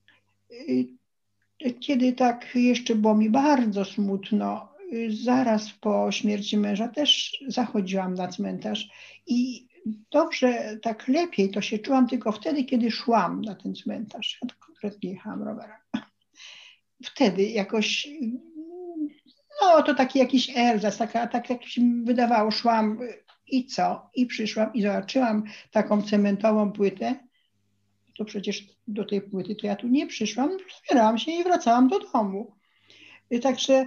Kiedy tak jeszcze było mi bardzo smutno, zaraz po śmierci męża też zachodziłam na cmentarz i dobrze, tak lepiej to się czułam tylko wtedy, kiedy szłam na ten cmentarz. Ja to konkretnie jechałam rowerem. Wtedy jakoś, no to taki jakiś erzas, taka, tak jak się mi wydawało, szłam i co? I przyszłam i zobaczyłam taką cementową płytę. To przecież do tej płyty to ja tu nie przyszłam, zbierałam się i wracałam do domu. Także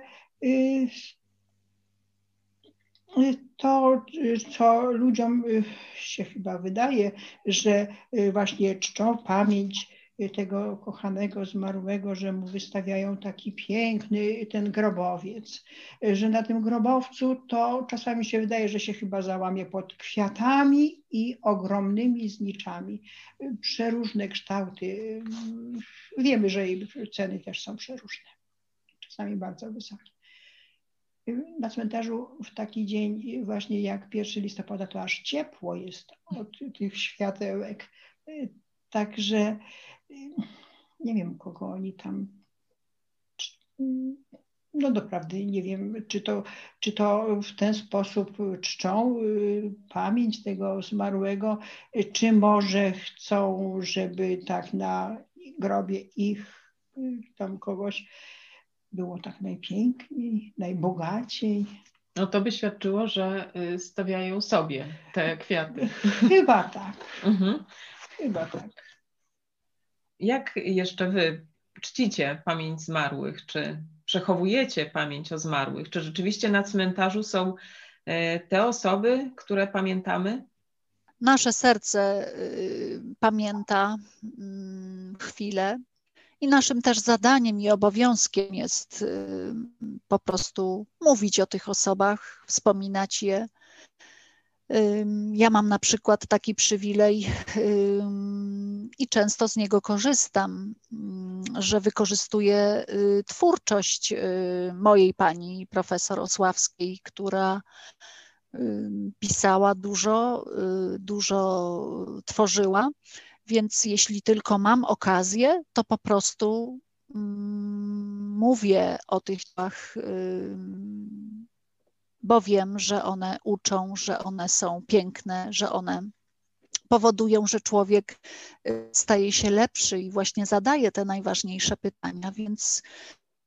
to, co ludziom się chyba wydaje, że właśnie czczą pamięć tego kochanego zmarłego, że mu wystawiają taki piękny ten grobowiec, że na tym grobowcu to czasami się wydaje, że się chyba załamie pod kwiatami i ogromnymi zniczami. Przeróżne kształty. Wiemy, że jej ceny też są przeróżne. Czasami bardzo wysokie. Na cmentarzu w taki dzień właśnie jak pierwszego listopada to aż ciepło jest od tych światełek. Także nie wiem, kogo oni tam, no doprawdy nie wiem, czy to, czy to w ten sposób czczą pamięć tego zmarłego, czy może chcą, żeby tak na grobie ich, tam kogoś, było tak najpiękniej, najbogaciej. No to by świadczyło, że stawiają sobie te kwiaty. Chyba tak. Mhm. Chyba tak. Jak jeszcze wy czcicie pamięć zmarłych? Czy przechowujecie pamięć o zmarłych? Czy rzeczywiście na cmentarzu są te osoby, które pamiętamy? Nasze serce pamięta chwilę i naszym też zadaniem i obowiązkiem jest po prostu mówić o tych osobach, wspominać je. Ja mam na przykład taki przywilej i często z niego korzystam, że wykorzystuję twórczość mojej pani profesor Osławskiej, która pisała dużo, dużo tworzyła, więc jeśli tylko mam okazję, to po prostu mówię o tych dziełach, bo wiem, że one uczą, że one są piękne, że one powodują, że człowiek staje się lepszy i właśnie zadaje te najważniejsze pytania, więc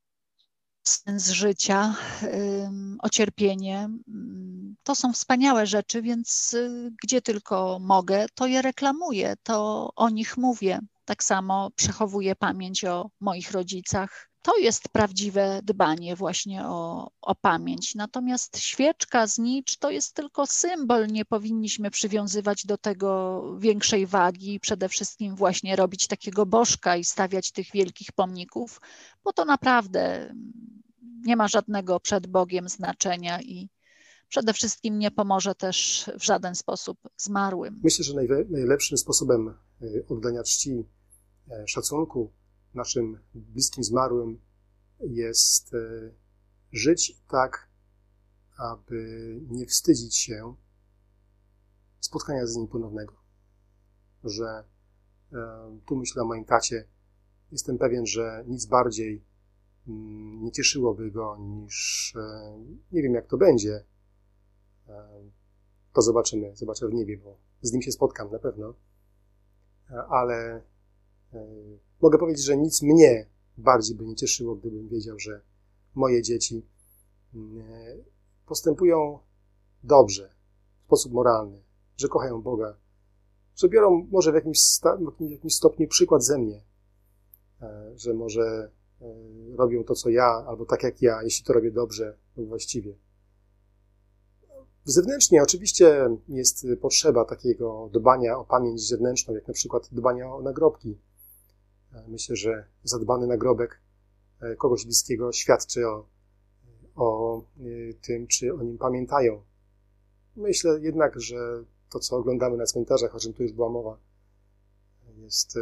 sens życia, o cierpienie. To są wspaniałe rzeczy, więc gdzie tylko mogę, to je reklamuję, to o nich mówię. Tak samo przechowuję pamięć o moich rodzicach. To jest prawdziwe dbanie właśnie o, o pamięć. Natomiast świeczka, znicz to jest tylko symbol. Nie powinniśmy przywiązywać do tego większej wagi. Przede wszystkim właśnie robić takiego bożka i stawiać tych wielkich pomników, bo to naprawdę nie ma żadnego przed Bogiem znaczenia i przede wszystkim nie pomoże też w żaden sposób zmarłym. Myślę, że najlepszym sposobem oddania czci, szacunku naszym bliskim zmarłym jest żyć tak, aby nie wstydzić się spotkania z nim ponownego. Że tu myślę o moim tacie. Jestem pewien, że nic bardziej nie cieszyłoby go niż, nie wiem jak to będzie, to zobaczymy, zobaczę w niebie, bo z nim się spotkam na pewno, ale mogę powiedzieć, że nic mnie bardziej by nie cieszyło, gdybym wiedział, że moje dzieci postępują dobrze, w sposób moralny, że kochają Boga, że biorą może w jakimś, w jakimś stopniu przykład ze mnie, że może robią to, co ja, albo tak jak ja, jeśli to robię dobrze lub właściwie. Zewnętrznie oczywiście jest potrzeba takiego dbania o pamięć zewnętrzną, jak na przykład dbania o nagrobki. Myślę, że zadbany nagrobek kogoś bliskiego świadczy o, o tym, czy o nim pamiętają. Myślę jednak, że to, co oglądamy na cmentarzach, o czym tu już była mowa, jest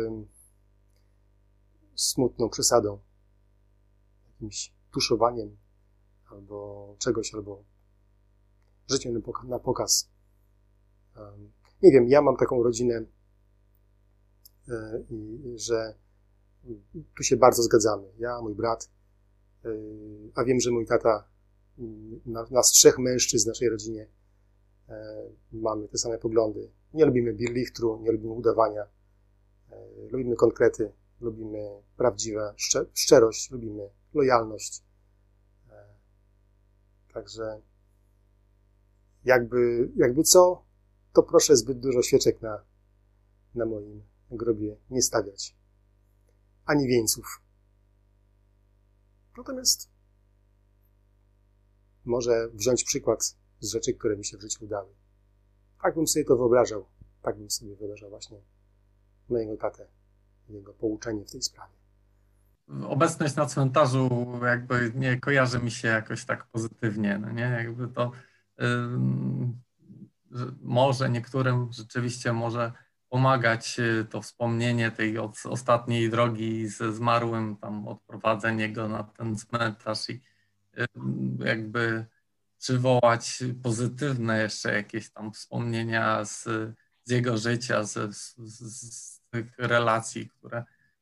smutną przesadą, jakimś tuszowaniem albo czegoś, albo życiem na pokaz. Nie wiem, ja mam taką rodzinę, że tu się bardzo zgadzamy. Ja, mój brat, a wiem, że mój tata, nas trzech mężczyzn w naszej rodzinie mamy te same poglądy. Nie lubimy birlichtru, nie lubimy udawania, lubimy konkrety, lubimy prawdziwą szczerość, lubimy lojalność. Także jakby, jakby co, to proszę zbyt dużo świeczek na, na moim grobie nie stawiać. Ani wieńców. Natomiast może wziąć przykład z rzeczy, które mi się w życiu udały. Tak bym sobie to wyobrażał. Tak bym sobie wyobrażał właśnie mojego tatę, jego pouczenie w tej sprawie. Obecność na cmentarzu jakby nie kojarzy mi się jakoś tak pozytywnie, no nie? Jakby to yy, może niektórym rzeczywiście może pomagać to wspomnienie tej od, ostatniej drogi ze zmarłym, tam odprowadzenie go na ten cmentarz i yy, jakby przywołać pozytywne jeszcze jakieś tam wspomnienia z, z jego życia, z, z, z tych relacji, które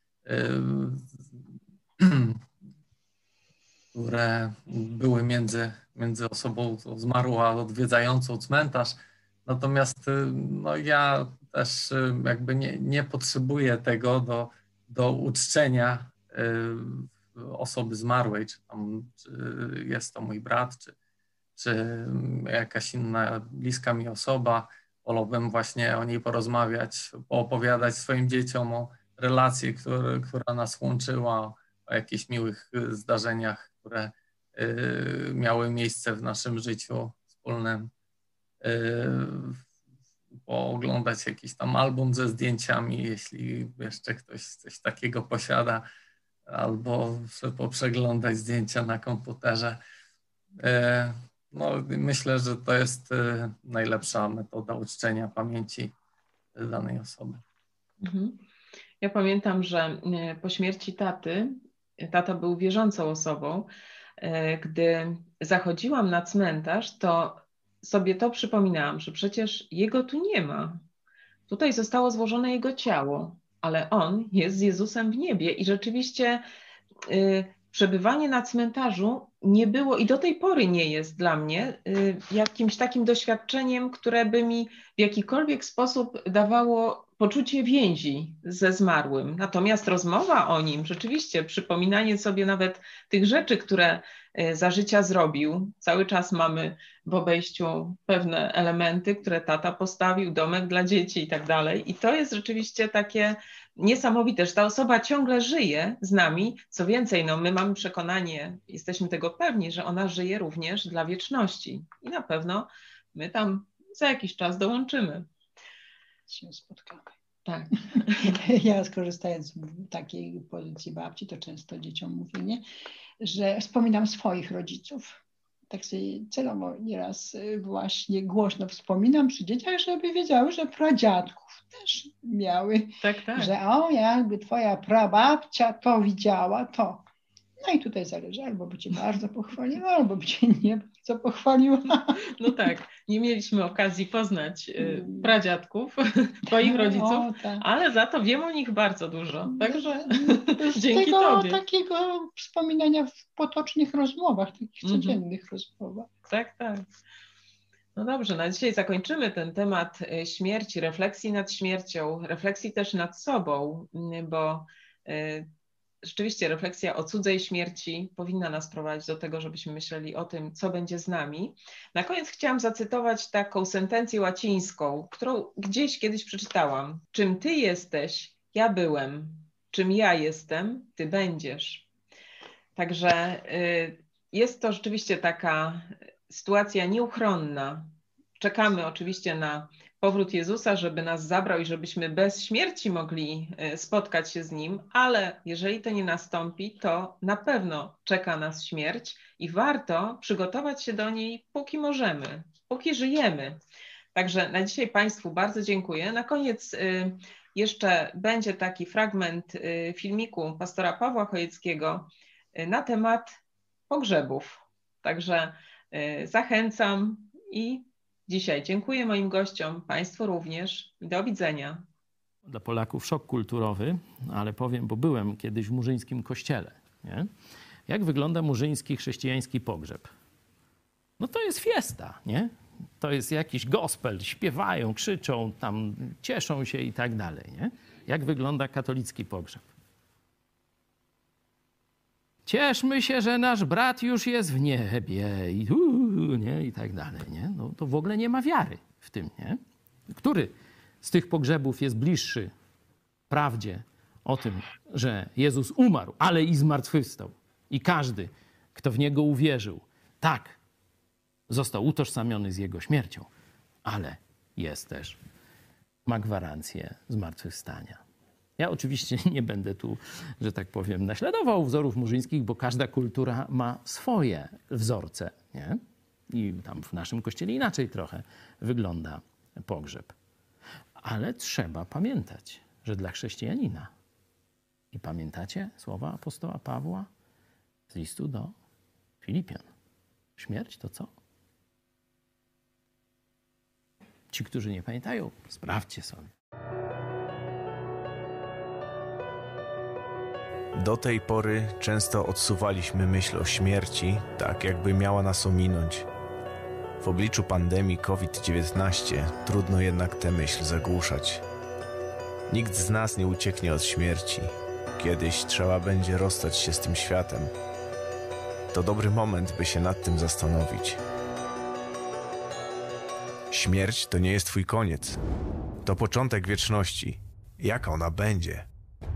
które były między, między osobą zmarłą a odwiedzającą cmentarz. Natomiast no, ja też jakby nie, nie potrzebuję tego do, do uczczenia osoby zmarłej, czy, tam, czy jest to mój brat, czy, czy jakaś inna bliska mi osoba. Wolałbym właśnie o niej porozmawiać, poopowiadać swoim dzieciom o relacji, które, która nas łączyła, o jakichś miłych zdarzeniach, które y, miały miejsce w naszym życiu wspólnym. Y, pooglądać jakiś tam album ze zdjęciami, jeśli jeszcze ktoś coś takiego posiada, albo poprzeglądać zdjęcia na komputerze. Y, no, myślę, że to jest y, najlepsza metoda uczczenia pamięci danej osoby. Mhm. Ja pamiętam, że po śmierci taty, tata był wierzącą osobą, gdy zachodziłam na cmentarz, to sobie to przypominałam, że przecież jego tu nie ma. Tutaj zostało złożone jego ciało, ale on jest z Jezusem w niebie i rzeczywiście y, przebywanie na cmentarzu nie było i do tej pory nie jest dla mnie jakimś takim doświadczeniem, które by mi w jakikolwiek sposób dawało poczucie więzi ze zmarłym. Natomiast rozmowa o nim, rzeczywiście przypominanie sobie nawet tych rzeczy, które za życia zrobił. Cały czas mamy w obejściu pewne elementy, które tata postawił, domek dla dzieci i tak dalej. I to jest rzeczywiście takie niesamowite, że ta osoba ciągle żyje z nami. Co więcej, no my mamy przekonanie, jesteśmy tego pewni, że ona żyje również dla wieczności. I na pewno my tam za jakiś czas dołączymy. Się spotkamy. Tak. Ja, skorzystając z takiej pozycji babci, to często dzieciom mówię, nie? Że wspominam swoich rodziców. Tak sobie celowo nieraz właśnie głośno wspominam przy dzieciach, żeby wiedziały, że pradziadków też miały. Tak, tak. Że o, jakby twoja prababcia to widziała, to. No i tutaj zależy, albo by cię bardzo pochwaliła, albo by cię nie bardzo pochwaliła. No tak, nie mieliśmy okazji poznać y, pradziadków, twoich rodziców, o, tak. Ale za to wiem o nich bardzo dużo, także z dzięki tego tobie. Takiego wspominania w potocznych rozmowach, takich Mhm. codziennych rozmowach. Tak, tak. No dobrze, na dzisiaj zakończymy ten temat śmierci, refleksji nad śmiercią, refleksji też nad sobą, bo y, rzeczywiście refleksja o cudzej śmierci powinna nas prowadzić do tego, żebyśmy myśleli o tym, co będzie z nami. Na koniec chciałam zacytować taką sentencję łacińską, którą gdzieś kiedyś przeczytałam. Czym ty jesteś, ja byłem. Czym ja jestem, ty będziesz. Także y, jest to rzeczywiście taka sytuacja nieuchronna. Czekamy oczywiście na powrót Jezusa, żeby nas zabrał i żebyśmy bez śmierci mogli spotkać się z Nim, ale jeżeli to nie nastąpi, to na pewno czeka nas śmierć i warto przygotować się do niej, póki możemy, póki żyjemy. Także na dzisiaj Państwu bardzo dziękuję. Na koniec jeszcze będzie taki fragment filmiku pastora Pawła Chojeckiego na temat pogrzebów. Także zachęcam i dzisiaj dziękuję moim gościom, Państwu również i do widzenia. Dla Polaków szok kulturowy, ale powiem, bo byłem kiedyś w murzyńskim kościele. Nie? Jak wygląda murzyński chrześcijański pogrzeb? No to jest fiesta, nie? To jest jakiś gospel, śpiewają, krzyczą, tam cieszą się i tak dalej, nie? Jak wygląda katolicki pogrzeb? Cieszmy się, że nasz brat już jest w niebie i, uu, nie? I tak dalej, nie? No to w ogóle nie ma wiary w tym, nie? Który z tych pogrzebów jest bliższy prawdzie o tym, że Jezus umarł, ale i zmartwychwstał. I każdy, kto w Niego uwierzył, tak, został utożsamiony z Jego śmiercią, ale jest też, ma gwarancję zmartwychwstania. Ja oczywiście nie będę tu, że tak powiem, naśladował wzorów murzyńskich, bo każda kultura ma swoje wzorce, nie? I tam w naszym kościele inaczej trochę wygląda pogrzeb. Ale trzeba pamiętać, że dla chrześcijanina, i pamiętacie słowa apostoła Pawła z listu do Filipian, śmierć to co? Ci, którzy nie pamiętają, sprawdźcie sobie. Do tej pory często odsuwaliśmy myśl o śmierci, tak jakby miała nas ominąć. W obliczu pandemii COVID dziewiętnaście trudno jednak tę myśl zagłuszać. Nikt z nas nie ucieknie od śmierci. Kiedyś trzeba będzie rozstać się z tym światem. To dobry moment, by się nad tym zastanowić. Śmierć to nie jest twój koniec. To początek wieczności. Jaka ona będzie?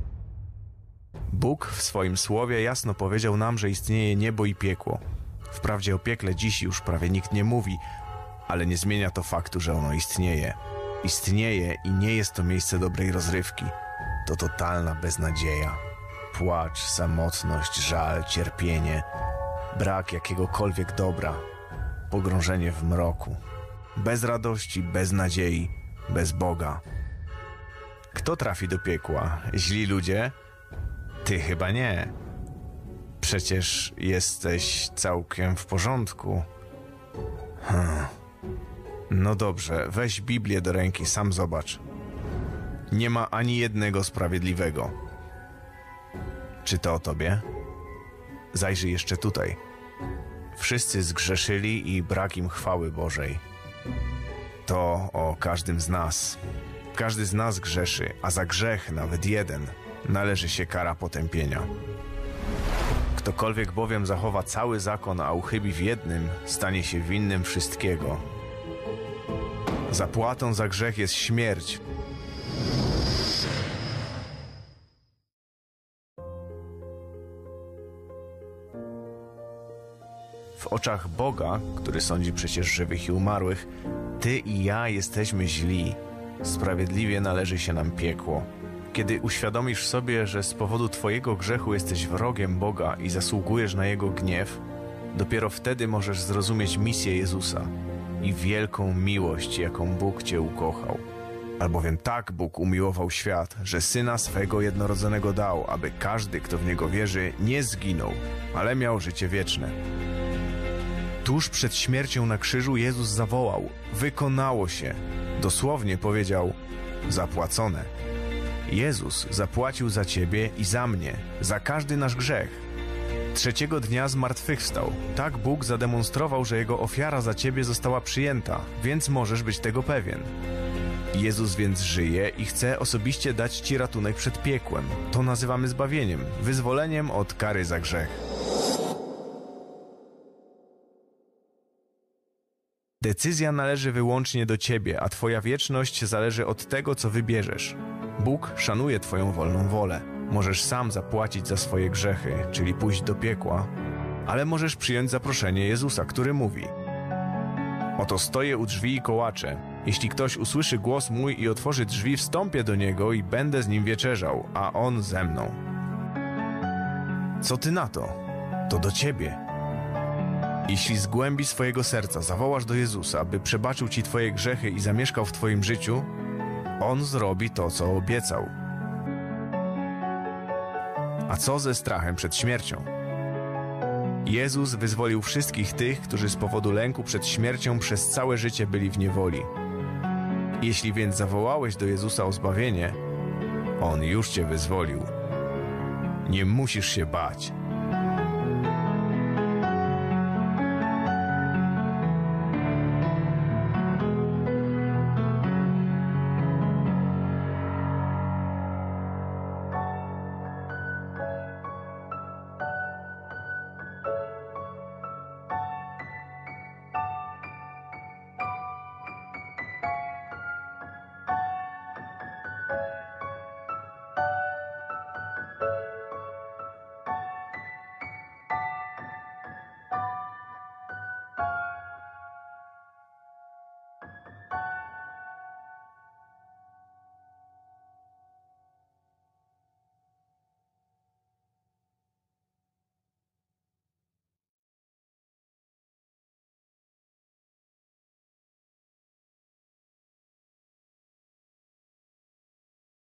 Bóg w swoim słowie jasno powiedział nam, że istnieje niebo i piekło. Wprawdzie o piekle dziś już prawie nikt nie mówi, ale nie zmienia to faktu, że ono istnieje. Istnieje i nie jest to miejsce dobrej rozrywki. To totalna beznadzieja. Płacz, samotność, żal, cierpienie, brak jakiegokolwiek dobra, pogrążenie w mroku. Bez radości, bez nadziei, bez Boga. Kto trafi do piekła? Źli ludzie? Ty chyba nie. Przecież jesteś całkiem w porządku. Hmm. No dobrze, weź Biblię do ręki, sam zobacz. Nie ma ani jednego sprawiedliwego. Czy to o tobie? Zajrzyj jeszcze tutaj. wszyscy zgrzeszyli i brak im chwały Bożej. To o każdym z nas. Każdy z nas grzeszy, a za grzech, nawet jeden, należy się kara potępienia. Ktokolwiek bowiem zachowa cały zakon, a uchybi w jednym, stanie się winnym wszystkiego. Zapłatą za grzech jest śmierć. W oczach Boga, który sądzi przecież żywych i umarłych, ty i ja jesteśmy źli. Sprawiedliwie należy się nam piekło. Kiedy uświadomisz sobie, że z powodu twojego grzechu jesteś wrogiem Boga i zasługujesz na Jego gniew, dopiero wtedy możesz zrozumieć misję Jezusa i wielką miłość, jaką Bóg cię ukochał. Albowiem tak Bóg umiłował świat, że Syna swego jednorodzonego dał, aby każdy, kto w Niego wierzy, nie zginął, ale miał życie wieczne. Tuż przed śmiercią na krzyżu Jezus zawołał: wykonało się. Dosłownie powiedział: zapłacone. Jezus zapłacił za ciebie i za mnie, za każdy nasz grzech. Trzeciego dnia zmartwychwstał. Tak Bóg zademonstrował, że Jego ofiara za ciebie została przyjęta, więc możesz być tego pewien. Jezus więc żyje i chce osobiście dać ci ratunek przed piekłem. To nazywamy zbawieniem, wyzwoleniem od kary za grzech. Decyzja należy wyłącznie do ciebie, a twoja wieczność zależy od tego, co wybierzesz. Bóg szanuje twoją wolną wolę. Możesz sam zapłacić za swoje grzechy, czyli pójść do piekła, ale możesz przyjąć zaproszenie Jezusa, który mówi: oto stoję u drzwi i kołaczę. Jeśli ktoś usłyszy głos mój i otworzy drzwi, wstąpię do niego i będę z nim wieczerzał, a on ze mną. Co ty na to? To do ciebie. Jeśli z głębi swojego serca zawołasz do Jezusa, by przebaczył ci twoje grzechy i zamieszkał w twoim życiu, On zrobi to, co obiecał. A co ze strachem przed śmiercią? Jezus wyzwolił wszystkich tych, którzy z powodu lęku przed śmiercią przez całe życie byli w niewoli. Jeśli więc zawołałeś do Jezusa o zbawienie, On już cię wyzwolił. Nie musisz się bać.